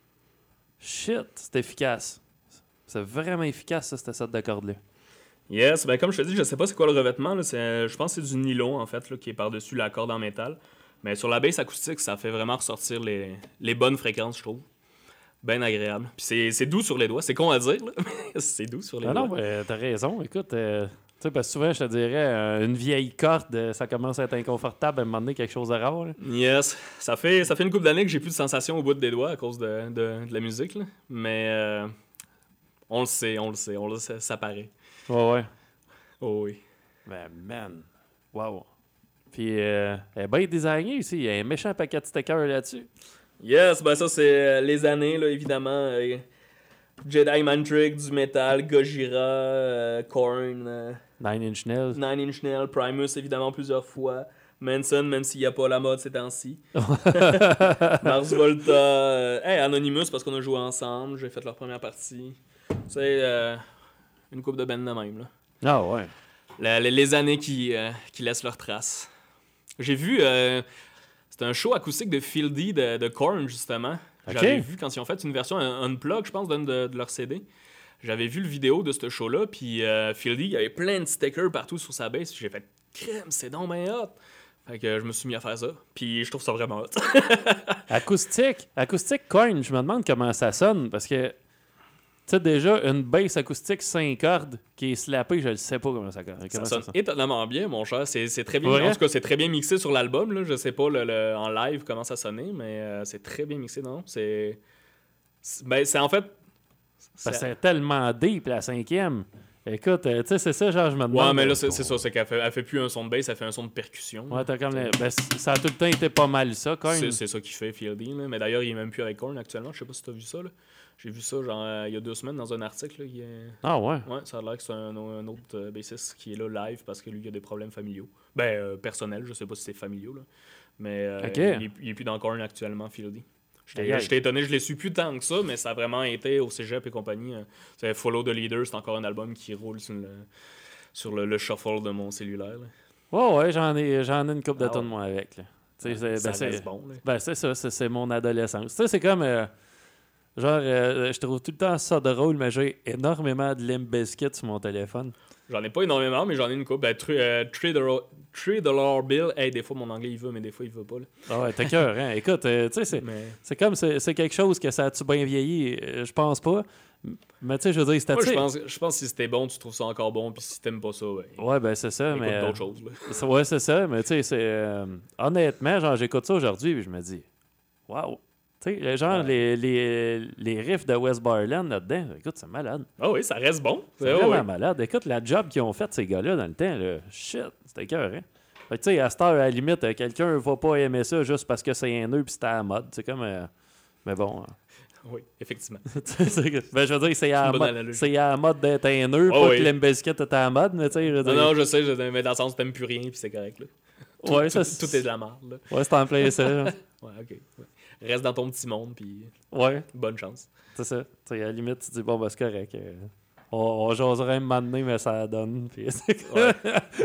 Shit, c'est efficace. C'est vraiment efficace, ça, cette sorte de cordes-là. Yes, ben comme je te dis, je sais pas c'est quoi le revêtement. Là. C'est, je pense que c'est du nylon, en fait, là, qui est par-dessus la corde en métal. Mais sur la bass acoustique, ça fait vraiment ressortir les, les bonnes fréquences, je trouve. Ben agréable. Puis c'est, c'est doux sur les doigts. C'est con à dire, là. C'est doux sur les Ah doigts. non, ben, t'as raison. Écoute, euh, tu sais, parce que souvent, je te dirais, euh, une vieille corde, euh, ça commence à être inconfortable à un moment donné, quelque chose de rare. Là. Yes. Ça fait, ça fait une couple d'années que j'ai plus de sensations au bout des doigts à cause de, de, de la musique, là. Mais euh, on le sait, on le sait, on le sait, ça paraît. Ouais, ouais. Oh oui. Ben, man. Wow. Puis, euh, elle est bien designée aussi. Il y a un méchant paquet de stickers là-dessus. Yes, ben ça, c'est euh, les années, là, évidemment. Euh, Jedi Mind Trick, du métal, Gojira, euh, Korn, euh, Nine Inch Nails. Nine Inch Nails, Primus, évidemment, plusieurs fois. Manson, même s'il n'y a pas la mode ces temps-ci. Mars Volta. Euh, hey, Anonymous, parce qu'on a joué ensemble. J'ai fait leur première partie. C'est euh, une coupe de band de même, là. Ah ouais. La, les, les années qui, euh, qui laissent leurs traces. J'ai vu... Euh, c'était un show acoustique de Fieldy de, de Korn, justement. Okay. J'avais vu quand ils ont fait une version un, unplug, je pense, de, de, de leur C D. J'avais vu le vidéo de ce show-là, puis euh, Fieldy, il y avait plein de stickers partout sur sa bass. J'ai fait « Crème, c'est donc bien hot! » Fait que je me suis mis à faire ça, puis je trouve ça vraiment hot. Acoustique. Acoustique Korn, je me demande comment ça sonne, parce que, tu sais, déjà, une bass acoustique cinq cordes qui est slappée, je ne sais pas comment ça, comment ça, ça sonne sonne. étonnamment bien, mon cher. C'est, c'est très bien. Ouais. En tout cas, c'est très bien mixé sur l'album. Là. Je sais pas le, le, en live comment ça sonnait, mais euh, c'est très bien mixé, non? C'est. C'est, ben, c'est en fait. Parce que c'est tellement deep, la cinquième. Écoute, euh, tu sais, c'est ça, genre, je me demande. Ouais, mais là, c'est, c'est ça, c'est qu'elle fait, elle fait plus un son de bass, elle fait un son de percussion. Ouais, t'as comme. Les... Ben, ça a tout le temps été pas mal ça, quand même. C'est, c'est ça qu'il fait, Fieldy. Là. Mais d'ailleurs, il est même plus avec Korn actuellement. Je sais pas si t'as vu ça. Là. J'ai vu ça, genre, euh, il y a deux semaines dans un article. Là, il est... Ah ouais? Ouais, ça a l'air que c'est un, un autre euh, bassiste qui est là live parce que lui, il a des problèmes familiaux. Ben, euh, personnels, je sais pas si c'est familiaux, là. Mais euh, okay. il, est, il est plus dans Korn actuellement, Fieldy. J'étais, j'étais étonné, je l'ai su plus tant que ça, mais ça a vraiment été au cégep et compagnie. Euh, c'est Follow the Leader, c'est encore un album qui roule sur le, sur le, le shuffle de mon cellulaire. Là. Ouais, ouais, j'en ai, j'en ai une couple de Ah, tonnes, ouais. moi, avec. Là. Ouais, c'est, ça ben, c'est, reste bon. Là. Ben, c'est ça, c'est, c'est mon adolescence. Tu sais, c'est comme. Euh, genre, euh, je trouve tout le temps ça drôle, mais j'ai énormément de Limp Bizkit sur mon téléphone. J'en ai pas énormément, mais j'en ai une couple. Ben, three dollar Bill, hey, des fois mon anglais il veut, mais des fois il veut pas. Là. Ah ouais, t'as cœur, hein. Écoute, euh, tu sais, c'est, mais... c'est comme, c'est, c'est quelque chose que ça a-tu bien vieilli, euh, je pense pas. Mais tu sais, je veux dire, c'était. Moi, je pense, je pense que si c'était bon, tu trouves ça encore bon, puis si t'aimes pas ça, ouais. Ouais, ben c'est ça, mais. d'autres choses, là. C'est, ouais, c'est ça, mais tu sais, c'est. Euh, honnêtement, genre, j'écoute ça aujourd'hui, puis je me dis, waouh! Tu sais, genre, ouais. les, les, les riffs de Wes Borland là-dedans, écoute, c'est malade. Ah oui, ça reste bon. C'est oh, vraiment ouais. malade. Écoute, la job qu'ils ont fait, ces gars-là, dans le temps, là, shit, c'était cœur, hein? Fait que, tu sais, à cette heure, à la limite, quelqu'un va pas aimer ça juste parce que c'est haineux puis c'était à la mode. C'est comme. Euh, mais bon. Euh... Oui, effectivement. ben, je veux dire, c'est à, mo- c'est à la mode d'être haineux, oh, pas oui. que Limp Bizkit est à la mode, mais tu sais. Non, dire... non, je sais, je, mais dans le sens, t'aimes plus rien puis c'est correct, là. Tout, ouais, tout, ça, tout est de la merde, là. Ouais, c'est en plein ça. Ouais, ok. Ouais. Reste dans ton petit monde, puis ouais. bonne chance. C'est ça. T'sais, à la limite, tu dis, bon, ben, c'est correct. Euh, on, on jaserait un moment donné, mais ça donne. Puis ouais.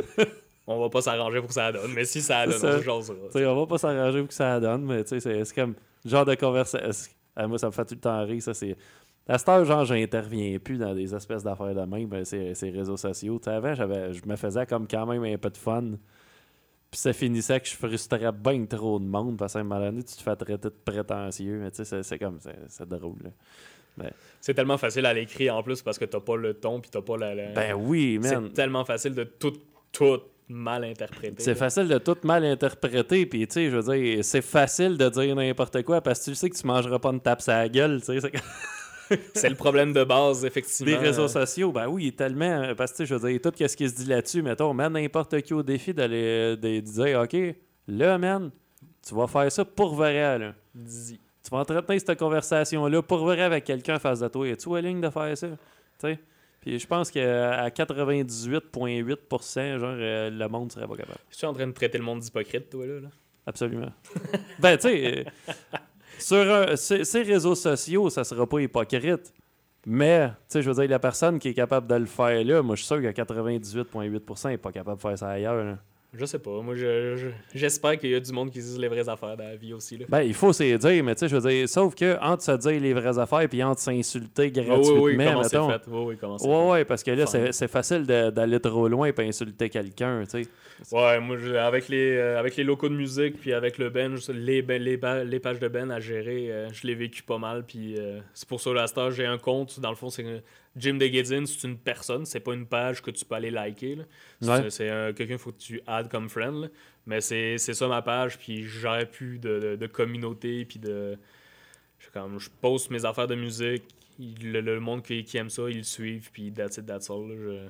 On va pas s'arranger pour que ça donne, mais si ça donne, ça. on jasera. T'sais, on va pas s'arranger pour que ça donne, mais c'est, c'est comme le genre de conversation. Ah, moi, ça me fait tout le temps rire. Ça, c'est... À cette heure, genre, j'interviens plus dans des espèces d'affaires de même, ben, ces, ces réseaux sociaux. T'sais, avant, j'avais, je me faisais comme quand même un peu de fun. Puis ça finissait que je frustrais bien trop de monde parce qu'à un moment donné, tu te fais traiter de prétentieux. Mais tu sais, c'est, c'est comme, c'est, c'est drôle. Là. Mais... C'est tellement facile à l'écrire en plus parce que t'as pas le ton puis t'as pas la, la... Ben oui, man. C'est tellement facile de tout, tout mal interpréter. C'est là. facile de tout mal interpréter. Puis tu sais, je veux dire, c'est facile de dire n'importe quoi parce que tu sais que tu mangeras pas une tape sur la gueule. Tu sais, c'est... c'est le problème de base, effectivement. Les réseaux sociaux, ben oui, tellement. Parce que je veux dire, tout ce qui se dit là-dessus, mettons, man, n'importe qui au défi d'aller de, de dire, OK, là, man, tu vas faire ça pour vrai, là. Dis. Tu vas entretenir cette conversation-là pour vrai avec quelqu'un en face de toi. Es-tu willing de faire ça? Tu sais? Puis je pense qu'à quatre-vingt-dix-huit virgule huit pour cent, genre, euh, le monde serait pas capable. Tu es en train de traiter le monde d'hypocrite, toi, là? là? Absolument. ben, tu sais... Euh, Sur euh, ces, ces réseaux sociaux, ça sera pas hypocrite. Mais, tu sais, je veux dire, la personne qui est capable de le faire là, moi, je suis sûr que quatre-vingt-dix-huit virgule huit pour cent n'est pas capable de faire ça ailleurs. Là. Je sais pas. Moi, je, je, j'espère qu'il y a du monde qui dit les vraies affaires dans la vie aussi. Là. Ben, il faut se dire, mais tu sais, je veux dire, sauf que entre se dire les vraies affaires et entre s'insulter gratuitement, oh, oui, oui, comment mettons. C'est fait. Oh, oui, comment c'est ouais, fait. ouais, parce que là, c'est, c'est facile de, d'aller trop loin et insulter quelqu'un, tu sais. Ouais, moi, je, avec, les, euh, avec les locaux de musique puis avec le Ben, les, ben, les, les pages de Ben à gérer, euh, je l'ai vécu pas mal. Puis euh, c'est pour ça, là, à cette heure, j'ai un compte. Dans le fond, c'est Jim DeGedin, c'est une personne, c'est pas une page que tu peux aller liker. Là. C'est, ouais. c'est euh, quelqu'un qu'il faut que tu adds comme friend. Là. Mais c'est, c'est ça ma page, puis j'aurais plus de, de, de communauté, puis de... Je, comme, je poste mes affaires de musique, il, le, le monde qui, qui aime ça, ils le suivent, puis that's it, that's all. Là, je...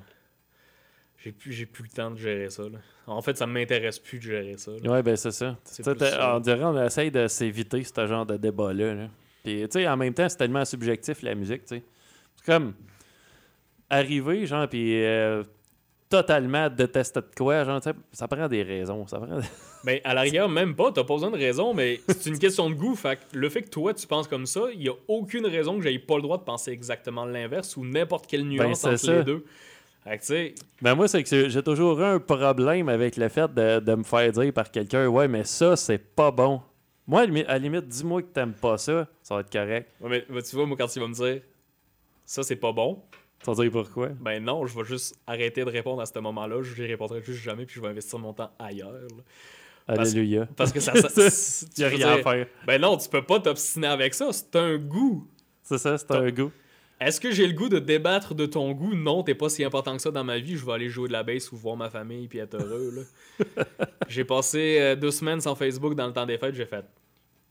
J'ai plus, j'ai plus le temps de gérer ça. Là. En fait, ça m'intéresse plus de gérer ça. Là. Ouais, ben c'est ça. C'est ça. On dirait qu'on essaye de s'éviter ce genre de débat-là. Là. Puis, tu sais, en même temps, c'est tellement subjectif, la musique, tu sais. C'est comme arriver, genre, puis euh, totalement détester de quoi, genre, tu sais, ça prend des raisons. Ça prend... Ben, à la rigueur, même pas, t'as pas besoin de raison, mais c'est une question de goût. Fait que le fait que toi, tu penses comme ça, il y a aucune raison que j'aie pas le droit de penser exactement l'inverse ou n'importe quelle nuance ben, entre ça. les deux. Fait que, tu sais... Ben moi, c'est que j'ai toujours eu un problème avec le fait de, de me faire dire par quelqu'un « Ouais, mais ça, c'est pas bon. » Moi, à la limite, dis-moi que t'aimes pas ça, ça va être correct. Ouais, mais tu vois, moi, quand tu vas me dire « Ça, c'est pas bon », tu vas dire pourquoi? Ben non, je vais juste arrêter de répondre à ce moment-là. Je n'y répondrai juste jamais, puis je vais investir mon temps ailleurs. Là. Parce, Alléluia. Parce que ça... ça il n'y a rien dire, à faire. Ben non, tu peux pas t'obstiner avec ça. C'est un goût. C'est ça, c'est un goût. Est-ce que j'ai le goût de débattre de ton goût? Non, t'es pas si important que ça dans ma vie. Je vais aller jouer de la bass ou voir ma famille puis être heureux. Là. J'ai passé euh, deux semaines sans Facebook dans le temps des fêtes. J'ai fait...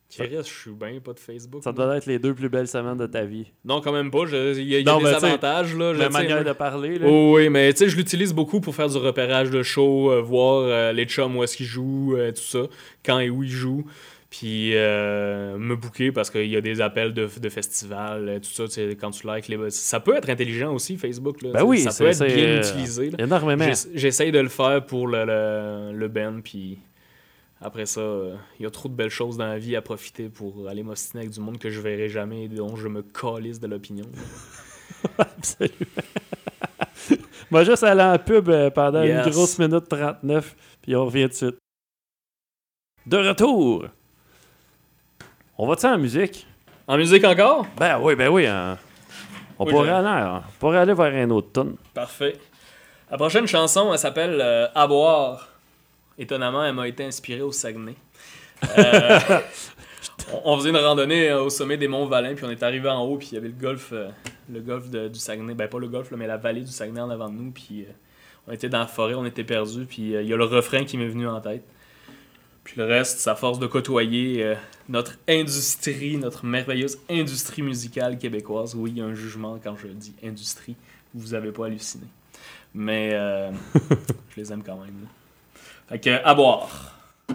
Chris, je suis bien pas de Facebook. Ça doit être les deux plus belles semaines de ta vie. Non, quand même pas. Il y a, y a Non, des mais avantages. Là, La je, manière moi... de parler. Là. Oh, oui, mais tu sais, je l'utilise beaucoup pour faire du repérage de show, euh, voir euh, les chums où est-ce qu'ils jouent, euh, tout ça, quand et où ils jouent. Puis euh, me booker parce qu'il y a des appels de, de festivals, euh, tout ça, quand tu likes les... Ça peut être intelligent aussi, Facebook. Là, ben oui, ça peut être bien euh, utilisé. Là. Énormément. J'ess- J'essaye de le faire pour le, le, le band, puis après ça, il euh, y a trop de belles choses dans la vie à profiter pour aller m'ostiner avec du monde que je verrai jamais et dont je me calisse de l'opinion. Absolument. Moi, juste aller en pub euh, pendant Yes. une grosse minute trente-neuf, puis on revient tout de suite. De retour! On va-tu en musique? En musique encore? Ben oui, ben oui. Hein. On, Oui, pourrait je- aller, hein. on pourrait aller vers un autre tune. Parfait. La prochaine chanson, elle s'appelle euh, À boire. Étonnamment, elle m'a été inspirée au Saguenay. Euh, on, on faisait une randonnée euh, au sommet des Monts Valin, puis on est arrivé en haut, puis il y avait le golfe, euh, le golfe de- du Saguenay. Ben pas le golfe, là, mais la vallée du Saguenay en avant de nous, puis euh, on était dans la forêt, on était perdus, puis euh, il y a le refrain qui m'est venu en tête. Puis le reste, c'est à force de côtoyer euh, notre industrie, notre merveilleuse industrie musicale québécoise. Oui, il y a un jugement quand je dis industrie. Vous avez pas halluciné. Mais euh, je les aime quand même. Là. Fait que, à boire.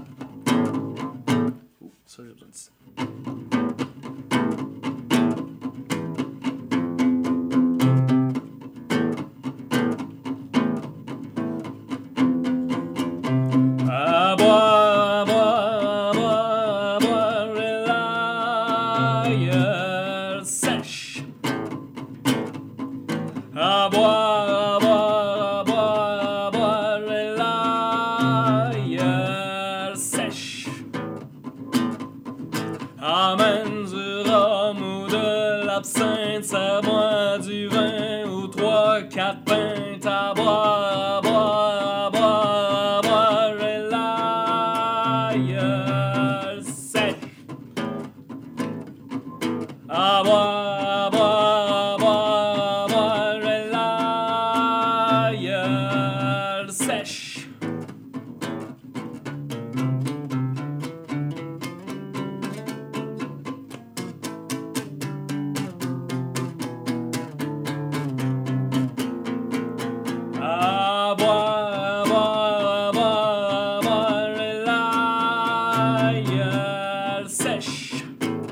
Oh, ça, j'ai besoin de ça. À boire, à boire, à boire, à boire, et la gueule sèche. À boire, à boire, à boire, à boire, et la gueule sèche. Amène du rhum ou de l'absinthe, serre-moi du vin ou trois, quatre pintes à boire, à boire, à boire, à boire, et la gueule sèche. À boire, à boire, à boire, à boire, et la gueule sèche. À boire, à boire, à boire, à boire, et la gueule sèche.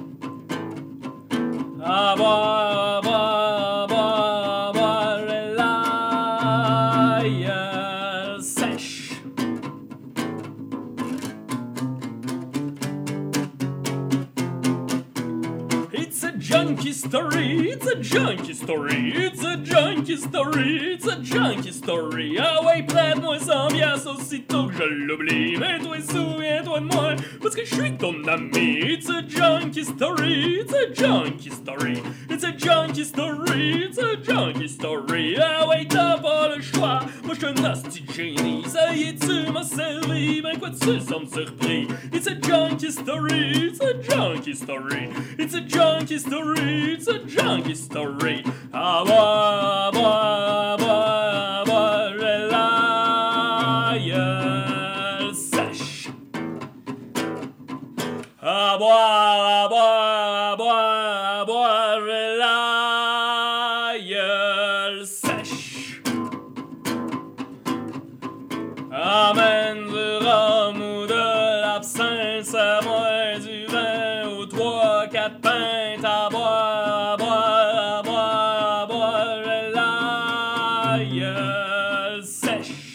À boire, à boire, à boire, à boire, et la gueule sèche. It's a junkie story, it's a junkie story, it's a junkie story, it's a junkie story. Ah ouais, prête-moi cent piastres aussitôt que je l'oublie. Mais toi, souviens-toi de moi, parce que je suis ton ami. It's a junkie story, it's a junkie story, it's a junkie story, it's a junkie story. Ah ouais, t'as pas le choix, moi je suis un hostie de génie. Ça y est, tu m'as servi, ben quoi tu sembles surpris. It's a junkie story, it's a junkie story, it's a junkie story, it's a junkie story. À boire, à boire, à boire, à boire, et la gueule sèche. À boire, à boire, à boire, à boire, et la gueule sèche. Amène du rhum ou de l'absinthe, serre-moi du vin ou trois, quatre pintes à boire, à boire, à boire, à boire, et la gueule sèche.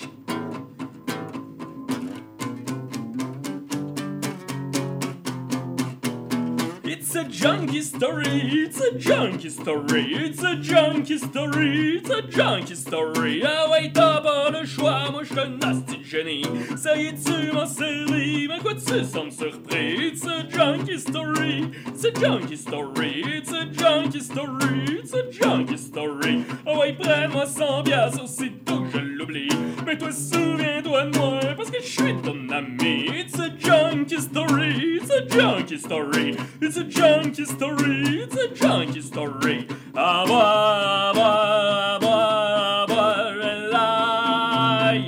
It's a junkie story, it's a junkie story, it's a junkie story, it's a junkie story. Ah ouais, t'as pas le choix, moi j'suis un asti de génie. Ça y est, tu m'as servi, mais quoi tu sembles surpris. It's a junkie story, it's a junkie story, it's a junkie story, it's a junkie story. Ah ouais, prends-moi cent piastres aussitôt que je l'oublie. Mais toi, souviens-toi de moi, parce que je suis ton ami. It's a junkie story, it's a junkie story, it's a junkie story, it's a junkie story. À boire, à boire, à boire, à boire, et la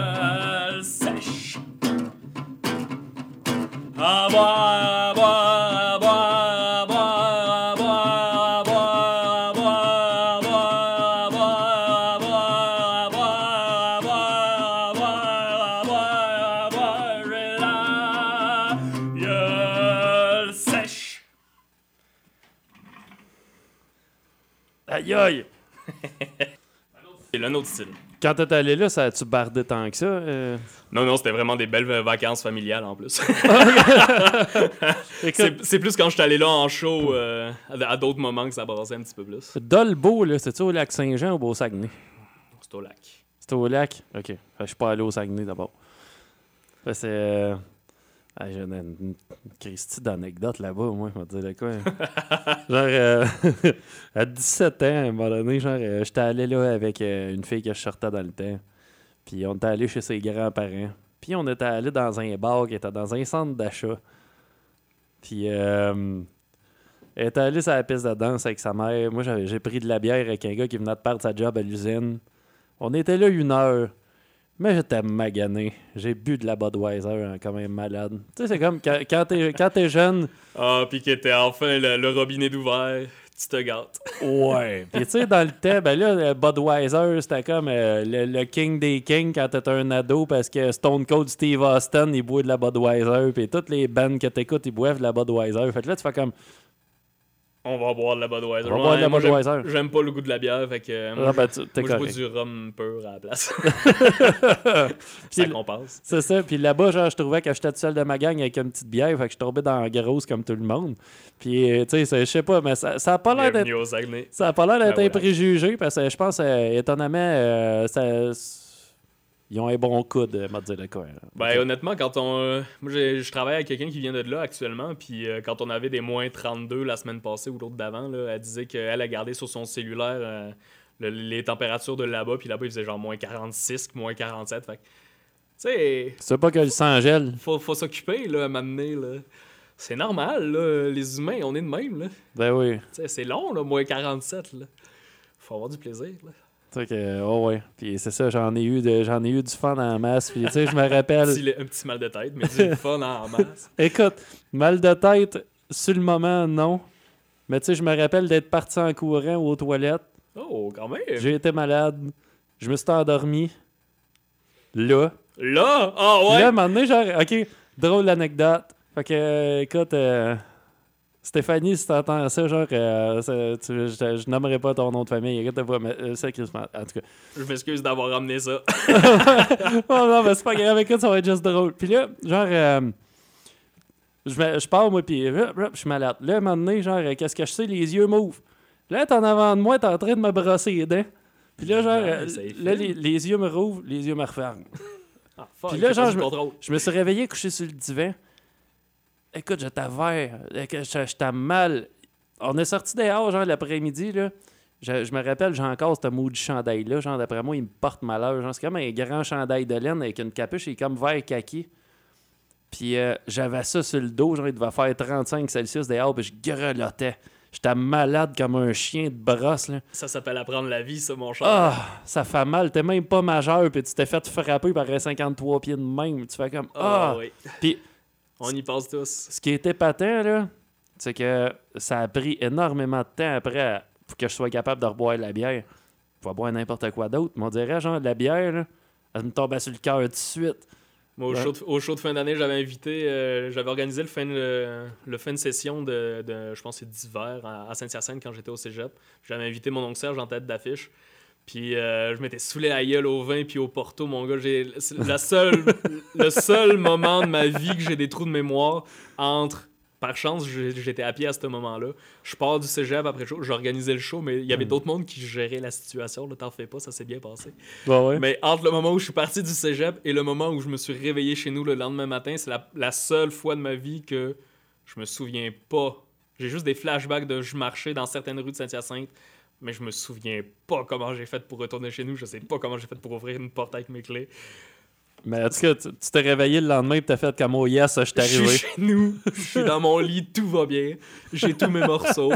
gueule sèche. À boire, à boire, Aïe aïe! C'est un autre style. Quand t'es allé là, ça a-tu bardé tant que ça? Euh... Non, non, c'était vraiment des belles vacances familiales en plus. Écoute, c'est, c'est plus quand je suis allé là en show, euh, à, à d'autres moments que ça brassait un petit peu plus. Dolbeau, là, c'est-tu au lac Saint-Jean ou au Beau-Saguenay? C'est au lac. C'est au lac? Ok. Je suis pas allé au Saguenay d'abord. Fait, c'est. Euh... Ah, j'ai une, une Christie d'anecdote là-bas, moi, je vais te dire de quoi. Genre, euh, à dix-sept ans, à un moment donné, genre, euh, j'étais allé là avec euh, une fille que je sortais dans le temps. Puis on était allé chez ses grands-parents. Puis on était allé dans un bar qui était dans un centre d'achat. Puis euh, elle était allée sur la piste de danse avec sa mère. Moi, j'avais, j'ai pris de la bière avec un gars qui venait de perdre sa job à l'usine. On était là une heure. Mais j'étais magané. J'ai bu de la Budweiser hein, comme un malade. Tu sais, c'est comme quand, quand, t'es, quand t'es jeune. Ah, puis que t'es enfin le, le robinet d'ouvert, tu te gâtes. Ouais. Puis tu sais, dans le temps, ben là, le Budweiser, c'était comme euh, le, le king des kings quand t'étais un ado parce que Stone Cold Steve Austin, il boit de la Budweiser. Puis toutes les bands que t'écoutes, ils boivent de la Budweiser. Fait que là, tu fais comme. On va boire de la Budweiser. On va boire de la moi, Budweiser. J'aime, j'aime pas le goût de la bière, fait que moi, Ah, ben, je, tu- t'es moi, je bois correct. du rhum pur à la place. Puis- Ça compense. C'est ça. Puis là-bas, genre, je trouvais que j'étais tout seul de ma gang avec une petite bière. Fait que je tombais dans la grosse comme tout le monde. Puis, euh, tu sais, c'est- je sais pas, mais ça, ça a pas l'air d'être. Bienvenue au Saguenay. Ça a pas l'air d'être Ben un voilà. préjugé parce que je pense, euh, étonnamment, euh, ça, ils ont un bon coude, euh, m'a dit le quoi. là. Ben Ok. honnêtement, quand on... euh, moi, j'ai- je travaille avec quelqu'un qui vient de là actuellement, puis euh, quand on avait des moins trente-deux la semaine passée ou l'autre d'avant, là, elle disait qu'elle a gardé sur son cellulaire euh, le- les températures de là-bas, puis là-bas, il faisait genre moins quarante-six, moins quarante-sept, fait que, tu sais, C'est pas que le sang gèle. faut, faut s'occuper, là, à m'amener, là. C'est normal, là, les humains, on est de même, là. Ben oui. Tu sais, c'est long, là, moins quarante-sept, là. Faut avoir du plaisir, là. Tu sais que, oh ouais. Puis c'est ça, j'en ai eu de, j'en ai eu du fun en masse. Puis tu sais, je me Un rappelle. petit, un petit mal de tête, mais du fun en masse. Écoute, mal de tête, sur le moment, non. Mais tu sais, je me rappelle d'être parti en courant ou aux toilettes. Oh, quand même! J'ai été malade. Je me suis endormi. Là. Là? Ah ouais! Là, à un moment donné, genre, OK, drôle d'anecdote. Fait que, euh, écoute, euh, Stéphanie, si t'entends ça, genre, euh, ça- tu- je, je nommerai pas ton nom de famille, écoute pas, mais euh, c'est Christmas. En tout cas. Je m'excuse d'avoir ramené ça. Oh non, mais c'est pas grave, écoute, ça va être juste drôle. Puis là, genre, euh, je, me- je pars, moi, puis hop, hop, je suis malade. Là, à un moment donné, genre, euh, qu'est-ce que je sais, les yeux m'ouvrent. Là, t'es en avant de moi, t'es en train de me brosser les dents. Puis là, genre, Ouais, euh, ça y là, fait. les, les yeux me rouvrent, les yeux me referment. Ah, fuck, Puis là, j'ai genre, pas je du me- contrôle. Je me suis réveillé, couché sur le divan. Écoute, j'étais vert. Écoute, j'étais j'étais mal. On est sorti dehors, genre, l'après-midi, là. Je, je me rappelle, j'ai encore ce maudit chandail-là. Genre, d'après moi, il me porte malheur. Genre, c'est comme un grand chandail de laine avec une capuche, il est comme vert kaki. Puis euh, j'avais ça sur le dos, genre, il devait faire trente-cinq Celsius dehors, puis je grelottais. J'étais malade comme un chien de brosse, là. Ça s'appelle apprendre la vie, ça, mon cher. Ah, ça fait mal. T'es même pas majeur, puis tu t'es fait frapper par un cinquante-trois pieds de même. Tu fais comme... Ah, Ah! oui. Puis On y passe tous. ce qui était patent, là, c'est que ça a pris énormément de temps après pour que je sois capable de reboire la bière. Je pouvais boire n'importe quoi d'autre, mais on dirait, genre, la bière, là, elle me tombait sur le cœur tout de suite. Moi, au, Ouais. show de, au show de fin d'année, j'avais invité, euh, j'avais organisé le fin, de, le fin de session de, de je pense que c'est d'hiver à, à Saint-Hyacinthe quand j'étais au cégep. J'avais invité mon oncle Serge en tête d'affiche. Puis euh, je m'étais saoulé la gueule au vin puis au porto, mon gars. J'ai, c'est la seule, le seul moment de ma vie que j'ai des trous de mémoire entre... Par chance, j'ai- j'étais à pied à ce moment-là. Je pars du cégep après le show. J'organisais le show, mais il y avait d'autres mondes qui géraient la situation. Là, t'en fais pas, ça s'est bien passé. Bon, ouais. Mais entre le moment où je suis parti du cégep et le moment où je me suis réveillé chez nous le lendemain matin, c'est la, la seule fois de ma vie que je me souviens pas. J'ai juste des flashbacks de je marchais dans certaines rues de Saint-Hyacinthe, mais je me souviens pas comment j'ai fait pour retourner chez nous. Je sais pas comment j'ai fait pour ouvrir une porte avec mes clés. Mais en tout cas, tu tu t'es réveillé le lendemain et t'as fait comme « Oh yes, je suis Je suis arrivé chez nous, je suis dans mon lit, tout va bien. J'ai tous mes morceaux.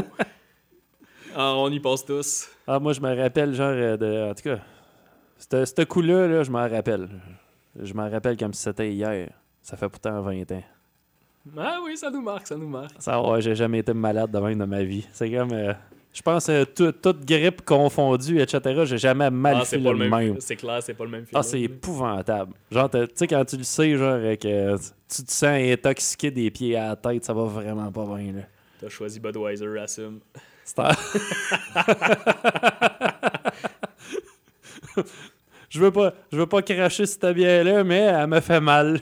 Ah, on y passe tous. ». Ah, moi, je me rappelle, genre, euh, de... En tout cas, ce ce coup-là, là, je m'en rappelle. Je m'en rappelle comme si c'était hier. Ça fait pourtant vingt ans. Ah oui, ça nous marque, ça nous marque. Ça, ouais, j'ai jamais été malade de même de ma vie. C'est comme... euh, je pense euh, tout- toute grippe confondue, et cetera. J'ai jamais mal Ah, c'est filé pas le le même. même. C'est clair, c'est pas le même film. Ah, c'est épouvantable. Genre, t'as- tu sais, quand tu le sais, genre, euh, que tu te sens intoxiqué des pieds à la tête, ça va vraiment pas bien, là. T'as choisi Budweiser, assume. C'est en... je veux pas, je veux pas cracher cette bière-là, mais elle me fait mal.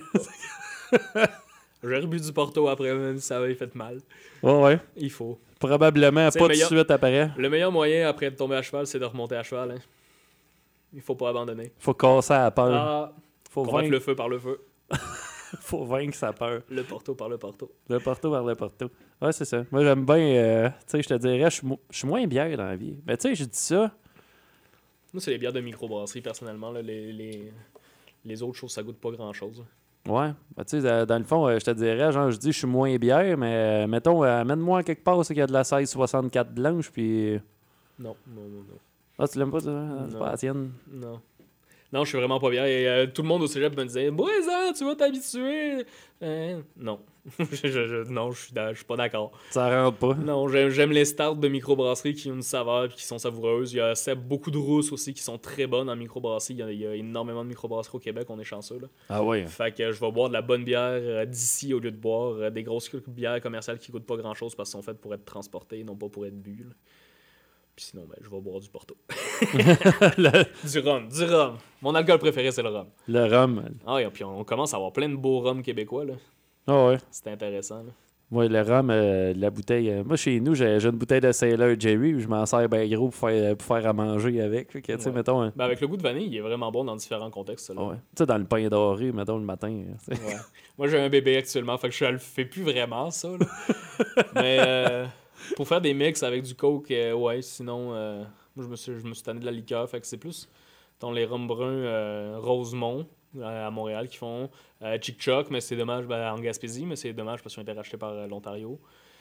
J'ai rebu du Porto après, même si ça avait fait mal. Ouais, ouais. Il faut. Probablement T'sais, pas meilleur- tout de suite après. Le meilleur moyen après de tomber à cheval, c'est de remonter à cheval. Hein. Il faut pas abandonner. Faut casser la peur. Ah, Faut combattre vaincre, le feu par le feu. faut vaincre sa peur. Le Porto par le Porto. Le Porto vers le Porto. Ouais, c'est ça. Moi, j'aime bien, euh, tu sais, je te dirais, je suis mo- je suis moins bière dans la vie. Mais tu sais, je dis ça. Moi, c'est les bières de microbrasserie, personnellement. Là. Les, les, les autres choses, ça goûte pas grand-chose. Ouais. Ben, tu sais, dans dans le fond, euh, je te dirais, genre, je dis, je suis moins bière, mais euh, mettons, euh, amène-moi quelque part, c'est qu'il y a de la seize soixante-quatre blanche, puis. Non, non, non, non. Ah, tu l'aimes pas, ça? C'est Non. pas la tienne. Non. Non, je suis vraiment pas bien. Et, euh, tout le monde au cégep me disait « Boisan, tu vas t'habituer! Euh, » Non. je, je- je- non, je suis da- je suis pas d'accord. Ça rentre pas. Non, j'aime, j'aime les starts de microbrasserie qui ont une saveur et qui sont savoureuses. Il y a c'est beaucoup de rousses aussi qui sont très bonnes en microbrasserie. Il y a, il y a énormément de microbrasseries au Québec, on est chanceux. Là. Ah ouais. Fait que je vais boire de la bonne bière euh, d'ici au lieu de boire euh, des grosses bières commerciales qui coûtent pas grand-chose parce qu'elles sont faites pour être transportées, non pas pour être bues. là. Puis sinon, ben, je vais boire du Porto. le, Du rhum, du rhum. Mon alcool préféré, c'est le rhum. le rhum. Ah oui, puis on commence à avoir plein de beaux rhums québécois. Là. Ah ouais. C'est intéressant. Là. Moi, le rhum, euh, la bouteille. euh, moi, chez nous, j'ai, j'ai une bouteille de Sailor Jerry, puis je m'en sers bien gros pour faire, pour faire à manger avec. Fait que, tu sais, Ouais. mettons. hein, Ben, avec le goût de vanille, il est vraiment bon dans différents contextes. ça, là. ouais. Tu sais, dans le pain doré, mettons, le matin. euh, tu sais. Ouais. Moi, j'ai un bébé actuellement, fait que je le fais plus vraiment, ça. là. Mais euh, pour faire des mix avec du coke, euh, ouais, sinon, euh, moi, je me suis, je me suis tanné de la liqueur, fait que c'est plus dans les rhums bruns euh, Rosemont euh, à Montréal qui font euh, Chick Choc, mais c'est dommage, ben, en Gaspésie, mais c'est dommage parce qu'ils ont été rachetés par euh, l'Ontario.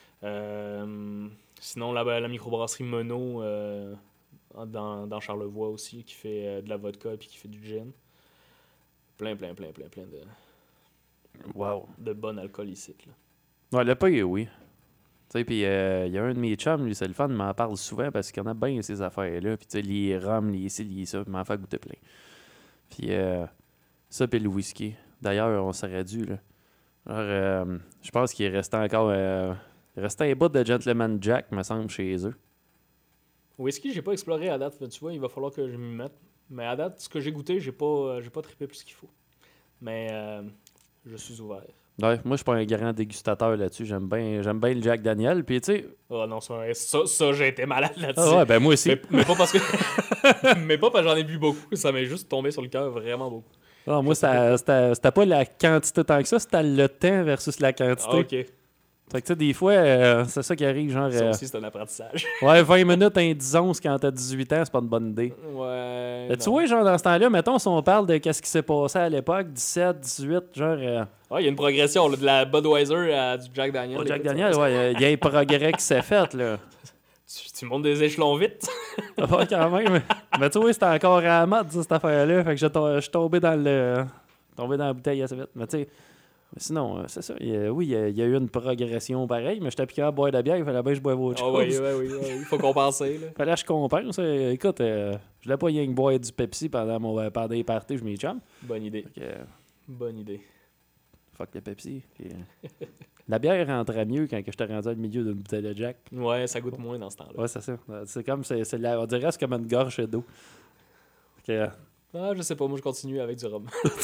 Euh, sinon, la, la microbrasserie Mono euh, dans, dans Charlevoix aussi, qui fait euh, de la vodka et qui fait du gin. Plein, plein, plein, plein, plein de, Wow. de bon alcool ici. Là. Ouais, le pain, oui. Tu sais, puis euh, il y a un de mes chums, lui, c'est le fun, il m'en parle souvent parce qu'il y en a bien ces affaires-là. Puis tu sais, les rhums, les ci, les ça, il m'en fait goûter plein. Puis euh, ça, puis le whisky. D'ailleurs, on serait dû, là. Genre, euh, je pense qu'il restait encore. Euh, il restait un bout de Gentleman Jack, me semble, chez eux. Whisky, j'ai pas exploré à date, tu vois, il va falloir que je m'y mette. Mais à date, ce que j'ai goûté, j'ai pas, euh, j'ai pas trippé plus qu'il faut. Mais euh, je suis ouvert. Ouais, moi, je suis pas un grand dégustateur là-dessus. J'aime bien, j'aime bien le Jack Daniel. Puis, tu sais. Oh non, ça, ça, ça, j'ai été malade là-dessus. Ah ouais, ben moi aussi. Mais, mais pas parce que. mais pas parce que j'en ai bu beaucoup, ça m'est juste tombé sur le cœur vraiment beaucoup. Ah, moi, c'était, c'était, c'était pas la quantité tant que ça, c'était le temps versus la quantité. Ah, ok. Fait que, tu sais, des fois, euh, c'est ça qui arrive, genre. Ça euh, aussi, c'est un apprentissage. ouais, vingt minutes, un dix onces quand t'as dix-huit ans, c'est pas une bonne idée. Ouais. Euh, tu non. vois, genre, dans ce temps-là, mettons, si on parle de qu'est-ce qui s'est passé à l'époque, dix-sept, dix-huit, genre. Euh, Ouais, il y a une progression, là, de la Budweiser à du Jack Daniel. oh, Jack écoute, Daniel, ça- ouais, il y a un progrès qui s'est fait, là. Tu, tu montes des échelons vite. Ouais, quand même. Mais tu vois, c'était encore à la mode, ça, cette affaire-là. Fait que j'ai to- je suis tombé dans le. tombé dans la bouteille assez vite. Mais tu sais. Mais sinon, euh, c'est ça. Il y a- oui, il y, a, il y a eu une progression pareille, mais j'étais piqué à boire de la bière, il fallait bien que je boive autre Ah chose. oui, oui, oui, oui, il faut compenser. Là. Fallait que je compense. euh, Écoute, euh, je voulais pas rien que boire du Pepsi pendant, mon, euh, pendant les parties, je m'y chum. Bonne idée. Fait que, euh, Bonne idée. fuck le Pepsi. Puis, euh, la bière rentrait mieux quand que j'étais rendu au milieu d'une bouteille de Jack. Ouais, ça goûte moins dans ce temps-là. Ouais, c'est ça. Euh, C'est comme, c'est, c'est la- on dirait que c'est comme une gorge d'eau. Fait que, euh, Ah, je sais pas, moi je continue avec du rhum.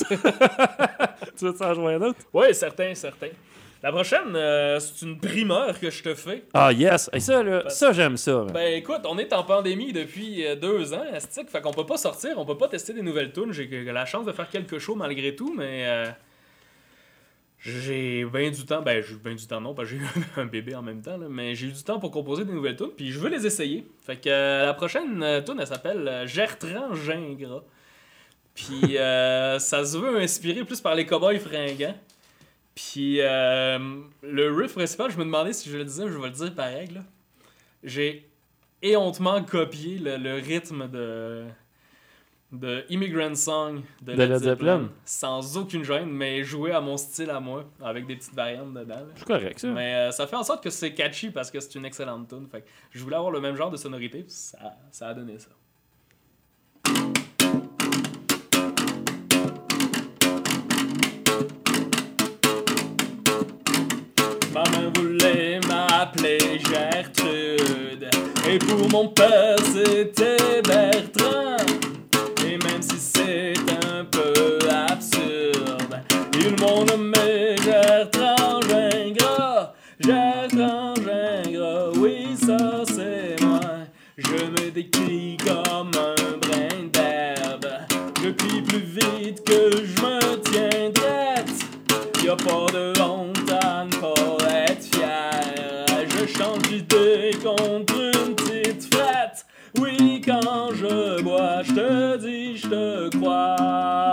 tu veux t'en jouer un autre? Ouais, certain, certain. La prochaine, euh, c'est une primeur que je te fais. Ah, yes! Et ça, là, ça, j'aime ça. man. Ben écoute, on est en pandémie depuis euh, deux ans, astique, fait qu'on peut pas sortir, on peut pas tester des nouvelles tunes. J'ai que- la chance de faire quelques shows malgré tout, mais euh, j'ai bien du temps, ben j'ai bien du temps non, parce que j'ai eu un bébé en même temps, là, mais j'ai eu du temps pour composer des nouvelles tunes, puis je veux les essayer. Fait que euh, la prochaine euh, tune, elle s'appelle euh, Gertran Gingras. Puis euh, ça se veut inspiré plus par les cowboys fringants. Puis euh, le riff principal, je me demandais si je le disais, je vais le dire pareil. Là. J'ai éhontement copié le, le rythme de, de Immigrant Song de, De Led Led Zeppelin, Zeppelin. sans aucune gêne, mais joué à mon style à moi, avec des petites variantes dedans. là. C'est correct, ça. Mais euh, ça fait en sorte que c'est catchy parce que c'est une excellente tune. Fait que je voulais avoir le même genre de sonorité, puis ça, ça a donné ça. Maman voulait m'appeler Gertrude. Et pour mon père c'était Bertrand. Et même si c'est un peu absurde, ils m'ont nommé Gertran Gingras. Gertran Gingras, oui ça c'est moi. Je me décris comme un brin d'herbe. Je plie plus vite que je me tiens drette. Y'a pas de honte à ne pas être fier. Je change d'idée contre une petite frette. Oui, quand je bois, je te dis, je te crois.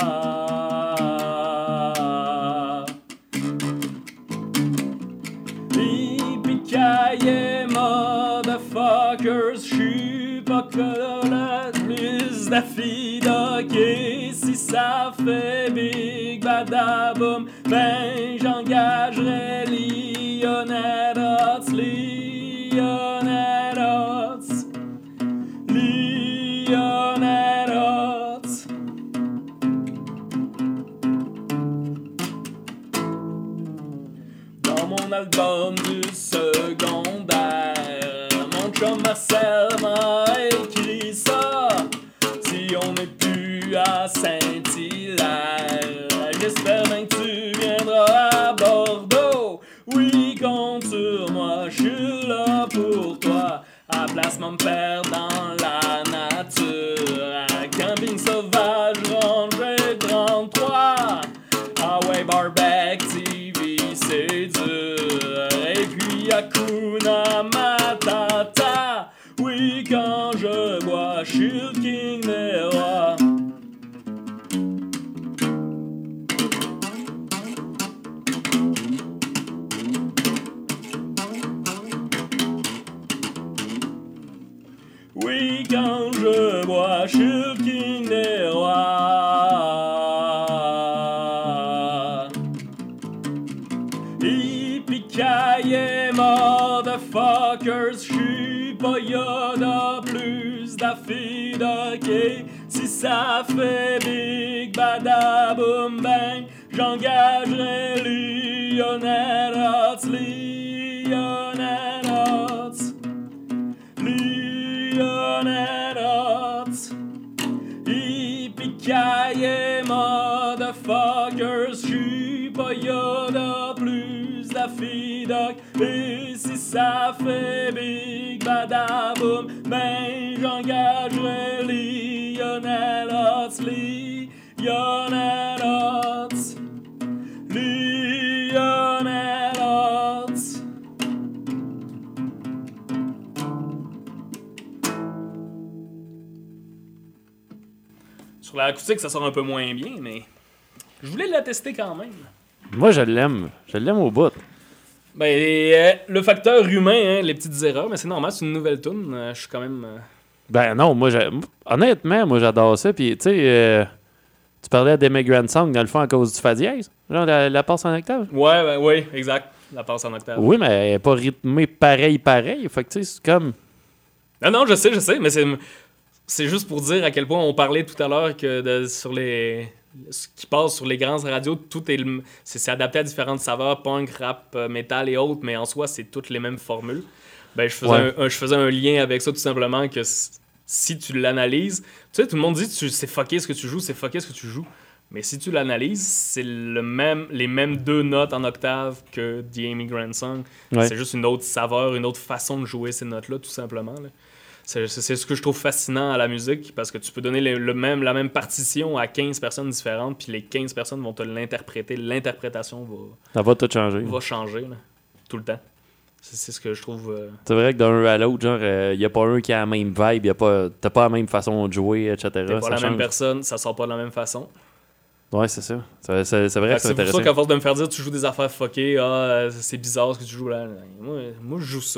Yippee-ki-yay, motherfuckers, j'suis pas colorade, plus Daffy Duck. Et si ça fait big badaboum, ben j'engagerai Lionel Hutz, Lionel Hutz, Lionel Hutz. Dans mon album du secondaire, mon chum Marcel m'a écrit ça. Si on n'est plus à Saint-Hilaire, j'espère bien que tu viendras à Bordeaux. Oui, compte sur moi, je suis là pour toi. À place m'en perdre dans la nature. À camping sauvage, rangée trente-trois. Ah ouais, Barback T V, c'est dur. Et puis Hakuna Matata. Oui, quand je bois, je suis le king des rois. Oui, quand je bois, je suis le king des rois. Yippee-ki-yay, motherfuckers, j'suis pas Yoda, plus Daffy Duck. Et si ça fait big badaboum bang, j'engagerai Lionel Hutz, Lionel Hutz, Lionel Hutz. Yippee-ki-yay, motherfuckers, j'suis pas Yoda, plus Daffy Duck. Et si ça fait big badaboum, ben j'engagerai Lionel Hutz, Lionel Hutz, Lionel Hutz. Sur l'acoustique, ça sort un peu moins bien, mais je voulais la tester quand même. Moi, je l'aime. Je l'aime au bout. Ben, euh, le facteur humain, hein, les petites erreurs, mais c'est normal, c'est une nouvelle tune. Euh, je suis quand même. Euh... Ben non, moi, j'ai... honnêtement, moi, j'adore ça. Puis, tu sais, euh, tu parlais d'Immigrant Song, dans le fond, à cause du fa dièse. Genre, la, la passe en octave. Ouais, ben, oui, exact. La passe en octave. Oui, mais elle n'est pas rythmée pareil, pareil. Fait que, tu sais, c'est comme. Non, non, je sais, je sais, mais c'est. C'est juste pour dire à quel point on parlait tout à l'heure que de, sur les. Ce qui passe sur les grandes radios, tout est, le, c'est, c'est adapté à différentes saveurs, punk, rap, métal et autres, mais en soi, c'est toutes les mêmes formules. Ben, je faisais, ouais. un, un, je faisais un lien avec ça tout simplement que si tu l'analyses, tu sais, tout le monde dit que c'est fucké ce que tu joues, c'est fucké ce que tu joues. Mais si tu l'analyses, c'est le même, les mêmes deux notes en octave que The Immigrant Song. Ouais. C'est juste une autre saveur, une autre façon de jouer ces notes-là, tout simplement. Là. C'est, c'est ce que je trouve fascinant à la musique, parce que tu peux donner le, le même, la même partition à quinze personnes différentes, puis les quinze personnes vont te l'interpréter. L'interprétation va... Ça va tout changer. Va changer, là, tout le temps. C'est, c'est ce que je trouve... Euh... C'est vrai que d'un à l'autre, genre, il euh, n'y a pas un qui a la même vibe, y a pas, t'as pas la même façon de jouer, et cetera. T'es pas ça la change. même personne, ça sort pas de la même façon. Ouais, c'est ça. C'est, c'est, c'est vrai que c'est intéressant. C'est pour ça qu'à force de me faire dire tu joues des affaires fuckées, ah, c'est bizarre ce que tu joues là. Moi, moi je joue ça.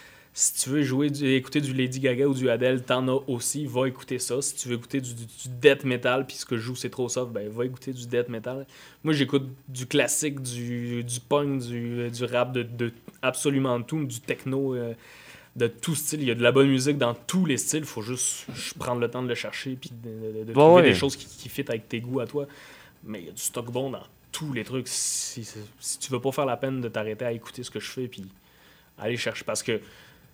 Si tu veux jouer du, écouter du Lady Gaga ou du Adele, t'en as aussi, va écouter ça. Si tu veux écouter du, du, du death metal, puis ce que je joue c'est trop soft, ben va écouter du death metal. Moi j'écoute du classique, du, du punk, du, du rap, de, de absolument tout, du techno, euh, de tout style. Il y a de la bonne musique dans tous les styles, faut juste prendre le temps de le chercher, puis de, de, de trouver ouais. des choses qui, qui fit avec tes goûts à toi. Mais il y a du stock bon dans tous les trucs. Si, si, si tu veux pas faire la peine de t'arrêter à écouter ce que je fais, puis aller chercher, parce que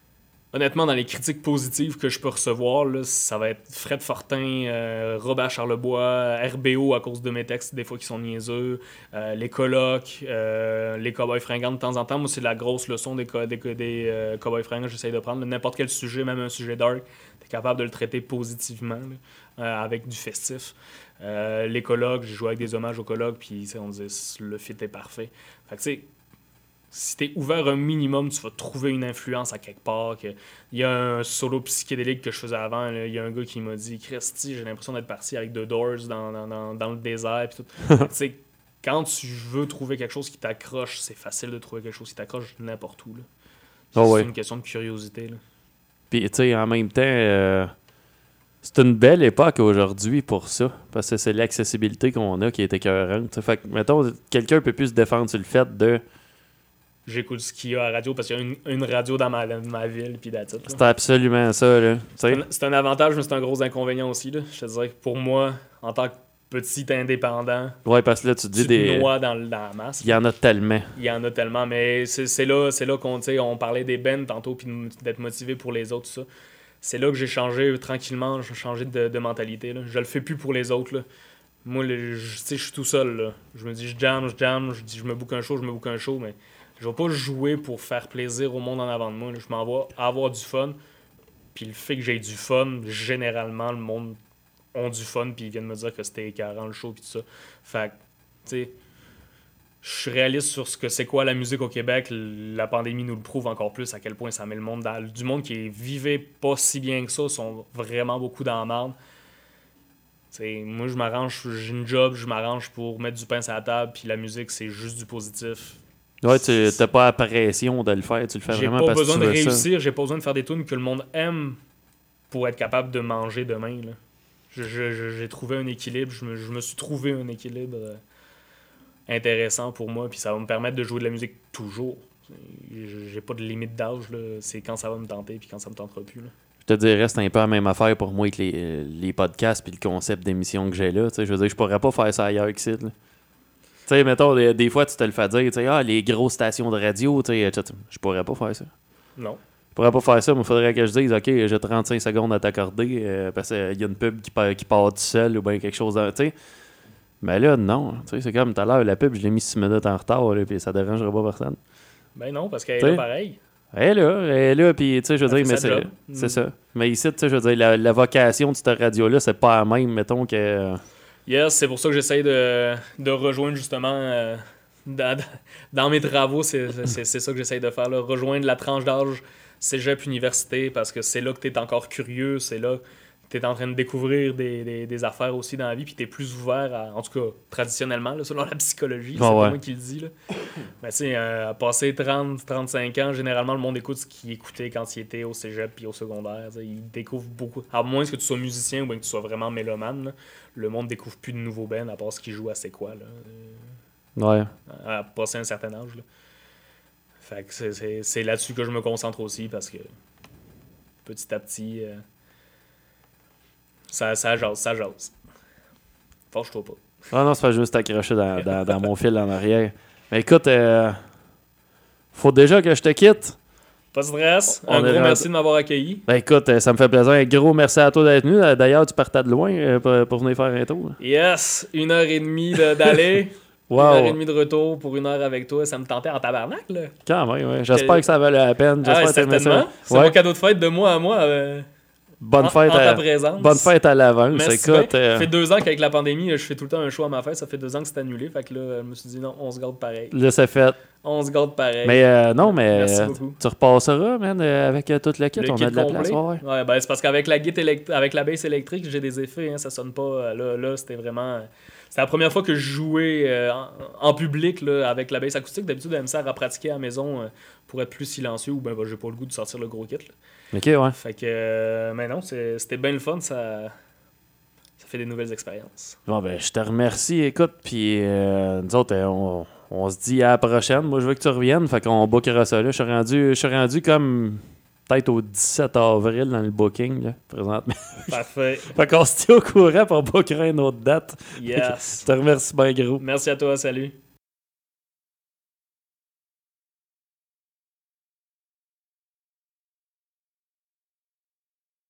honnêtement, dans les critiques positives que je peux recevoir, là, ça va être Fred Fortin, euh, Robert Charlebois, R B O à cause de mes textes, des fois qui sont niaiseux, euh, les colocs, euh, les Cowboys fringants de temps en temps. Moi, c'est la grosse leçon des, co- des, des euh, Cowboys fringants que j'essaye de prendre. N'importe quel sujet, même un sujet dark, t'es capable de le traiter positivement, là, euh, avec du festif. Euh, les colocs, j'ai joué avec des hommages aux colocs, puis on disait le fit est parfait. Fait que tu sais, si t'es ouvert un minimum, tu vas trouver une influence à quelque part. Il y a un solo psychédélique que je faisais avant. Il y a un gars qui m'a dit « Christy, j'ai l'impression d'être parti avec The Doors dans, dans, dans, dans le désert. » Tu sais, quand tu veux trouver quelque chose qui t'accroche, c'est facile de trouver quelque chose qui t'accroche n'importe où. Là. C'est Oh ouais. une question de curiosité. Là. Puis, tu sais, en même temps, euh, c'est une belle époque aujourd'hui pour ça. Parce que c'est l'accessibilité qu'on a qui est écœurante. T'sais. Fait que, mettons, quelqu'un peut plus se défendre sur le fait de... J'écoute ce qu'il y a à la radio parce qu'il y a une, une radio dans ma, dans ma ville. Puis that's it, là. C'est absolument ça, là. C'est un, c'est un avantage, mais c'est un gros inconvénient aussi. Là. Je te dirais que pour moi, en tant que petit indépendant, Ouais, parce que là, tu te dis tu des. te noies dans, dans la masse. Il y en a tellement. Il y en a tellement, mais c'est, c'est là, c'est là qu'on, tu sais, on parlait des bands tantôt, puis d'être motivé pour les autres, tout ça. C'est là que j'ai changé tranquillement, j'ai changé de, de mentalité. Là. Je le fais plus pour les autres. Là. Moi, le, je, je suis tout seul. Là. Je me dis, je jam, je jam, je, dis, je me book un show, je me book un show, mais je vais pas jouer pour faire plaisir au monde en avant de moi. Là. Je m'en vais avoir du fun. Puis le fait que j'ai du fun, généralement, le monde ont du fun, puis ils viennent me dire que c'était écœurant le show, puis tout ça. Fait que, tu sais, je suis réaliste sur ce que c'est quoi la musique au Québec. La pandémie nous le prouve encore plus, à quel point ça met le monde dans... Du monde qui vivait pas si bien que ça, sont vraiment beaucoup dans la merde. T'sais, moi, je m'arrange, j'ai une job, je m'arrange pour mettre du pain sur la table, puis la musique, c'est juste du positif. Ouais, tu t'as pas la pression de le faire, tu le fais J'ai vraiment pas parce que besoin tu de veux réussir, ça. j'ai pas besoin de faire des tunes que le monde aime pour être capable de manger demain. Là. Je, je, je, j'ai trouvé un équilibre, je me, je me suis trouvé un équilibre euh, intéressant pour moi, puis ça va me permettre de jouer de la musique toujours. J'ai pas de limite d'âge, là. C'est quand ça va me tenter, puis quand ça me tentera plus. Là. Je te dirais, c'est un peu la même affaire pour moi avec les, les podcasts puis le concept d'émission que j'ai là. T'sais, je veux dire, je pourrais pas faire ça ailleurs que ça. Tu sais, mettons, des, des fois, tu te le fais dire, tu sais, ah, les grosses stations de radio, tu sais, je pourrais pas faire ça. Non. Je pourrais pas faire ça, mais il faudrait que je dise, OK, j'ai trente-cinq secondes à t'accorder euh, parce qu'il y a une pub qui part, qui part tout seul ou bien quelque chose, tu sais. Mais là, non. Tu sais, c'est comme tout à l'heure, la pub, je l'ai mis six minutes en retard, là, puis ça dérangera pas personne. Ben non, parce qu'elle est T'sais, là pareil. Elle est là, elle est là, puis tu sais, je veux Elle dire, fait mais sa c'est, job. c'est Mm. ça. Mais ici, tu sais, je veux dire, la, la vocation de cette radio-là, c'est pas la même, mettons, que... Yes, c'est pour ça que j'essaye de, de rejoindre justement euh, dans, dans mes travaux, c'est, c'est, c'est ça que j'essaye de faire, là, rejoindre la tranche d'âge cégep université, parce que c'est là que tu es encore curieux, c'est là que tu es en train de découvrir des, des, des affaires aussi dans la vie, puis tu es plus ouvert, à, en tout cas traditionnellement, là, selon la psychologie, Oh, c'est ouais. pas moi qui le dis. Là. Mais tu sais, euh, à passer trente à trente-cinq ans, généralement le monde écoute ce qu'il écoutait quand il était au cégep puis au secondaire. T'sais, il découvre beaucoup. À moins que tu sois musicien ou bien que tu sois vraiment mélomane, là, le monde découvre plus de nouveaux bands à part ce qu'il joue à c'est quoi, là, Ouais. à, à passer un certain âge. Là. Fait que c'est, c'est, c'est là-dessus que je me concentre aussi parce que petit à petit, euh, ça, ça jase, ça jase. Fâche-toi pas. Ah non, ça fait juste accrocher dans, dans, dans mon fil en arrière. Mais écoute, euh, faut déjà que je te quitte. Pas de stress. On Un est gros rendu- merci de m'avoir accueilli. Ben écoute, euh, ça me fait plaisir. Un gros merci à toi d'être venu. Euh, D'ailleurs, tu partais de loin euh, pour, pour venir faire un tour. Yes, une heure et demie de- d'aller. Wow. Une heure et demie de retour pour une heure avec toi. Ça me tentait en tabarnak, là. Quand même, ouais. J'espère que ça valait la peine. Ah, J'espère ouais, que t'aimais certainement. ça. C'est Ouais. mon cadeau de fête de moi à moi. euh, Bonne, en, fête en ta à, présence. bonne fête à l'avance. Merci Écoute, bien. euh, Ça fait deux ans qu'avec la pandémie, je fais tout le temps un show à ma fête. Ça fait deux ans que c'est annulé. Fait que là, je me suis dit non, on se garde pareil. là, c'est fait. On se garde pareil. Mais euh, non, mais Merci euh, beaucoup. tu repasseras, man, euh, avec euh, toute la kit. Le On kit a de la complet. place. Ouais, ouais. Ouais, ben, c'est parce qu'avec la guitare élect- avec la bass électrique, j'ai des effets. Hein, ça sonne pas. euh, Là, là c'était vraiment. C'était la première fois que je jouais euh, en, en public là, avec la bass acoustique. D'habitude, elle me sert à pratiquer à la maison euh, pour être plus silencieux ou ben, ben j'ai pas le goût de sortir le gros kit. Là. Ok, ouais. Fait que, euh, mais non, c'est- c'était bien le fun. Ça, ça fait des nouvelles expériences. Bon, ben, je te remercie. Écoute, puis euh, nous autres, euh, on, on se dit à la prochaine. Moi, je veux que tu reviennes. Fait qu'on bookera ça là. Je suis rendu, je suis rendu comme peut-être au dix-sept avril dans le booking, là, présentement. Parfait. Fait qu'on se tient au courant pour booker une autre date. Yes. Je te remercie bien gros. Merci à toi. Salut.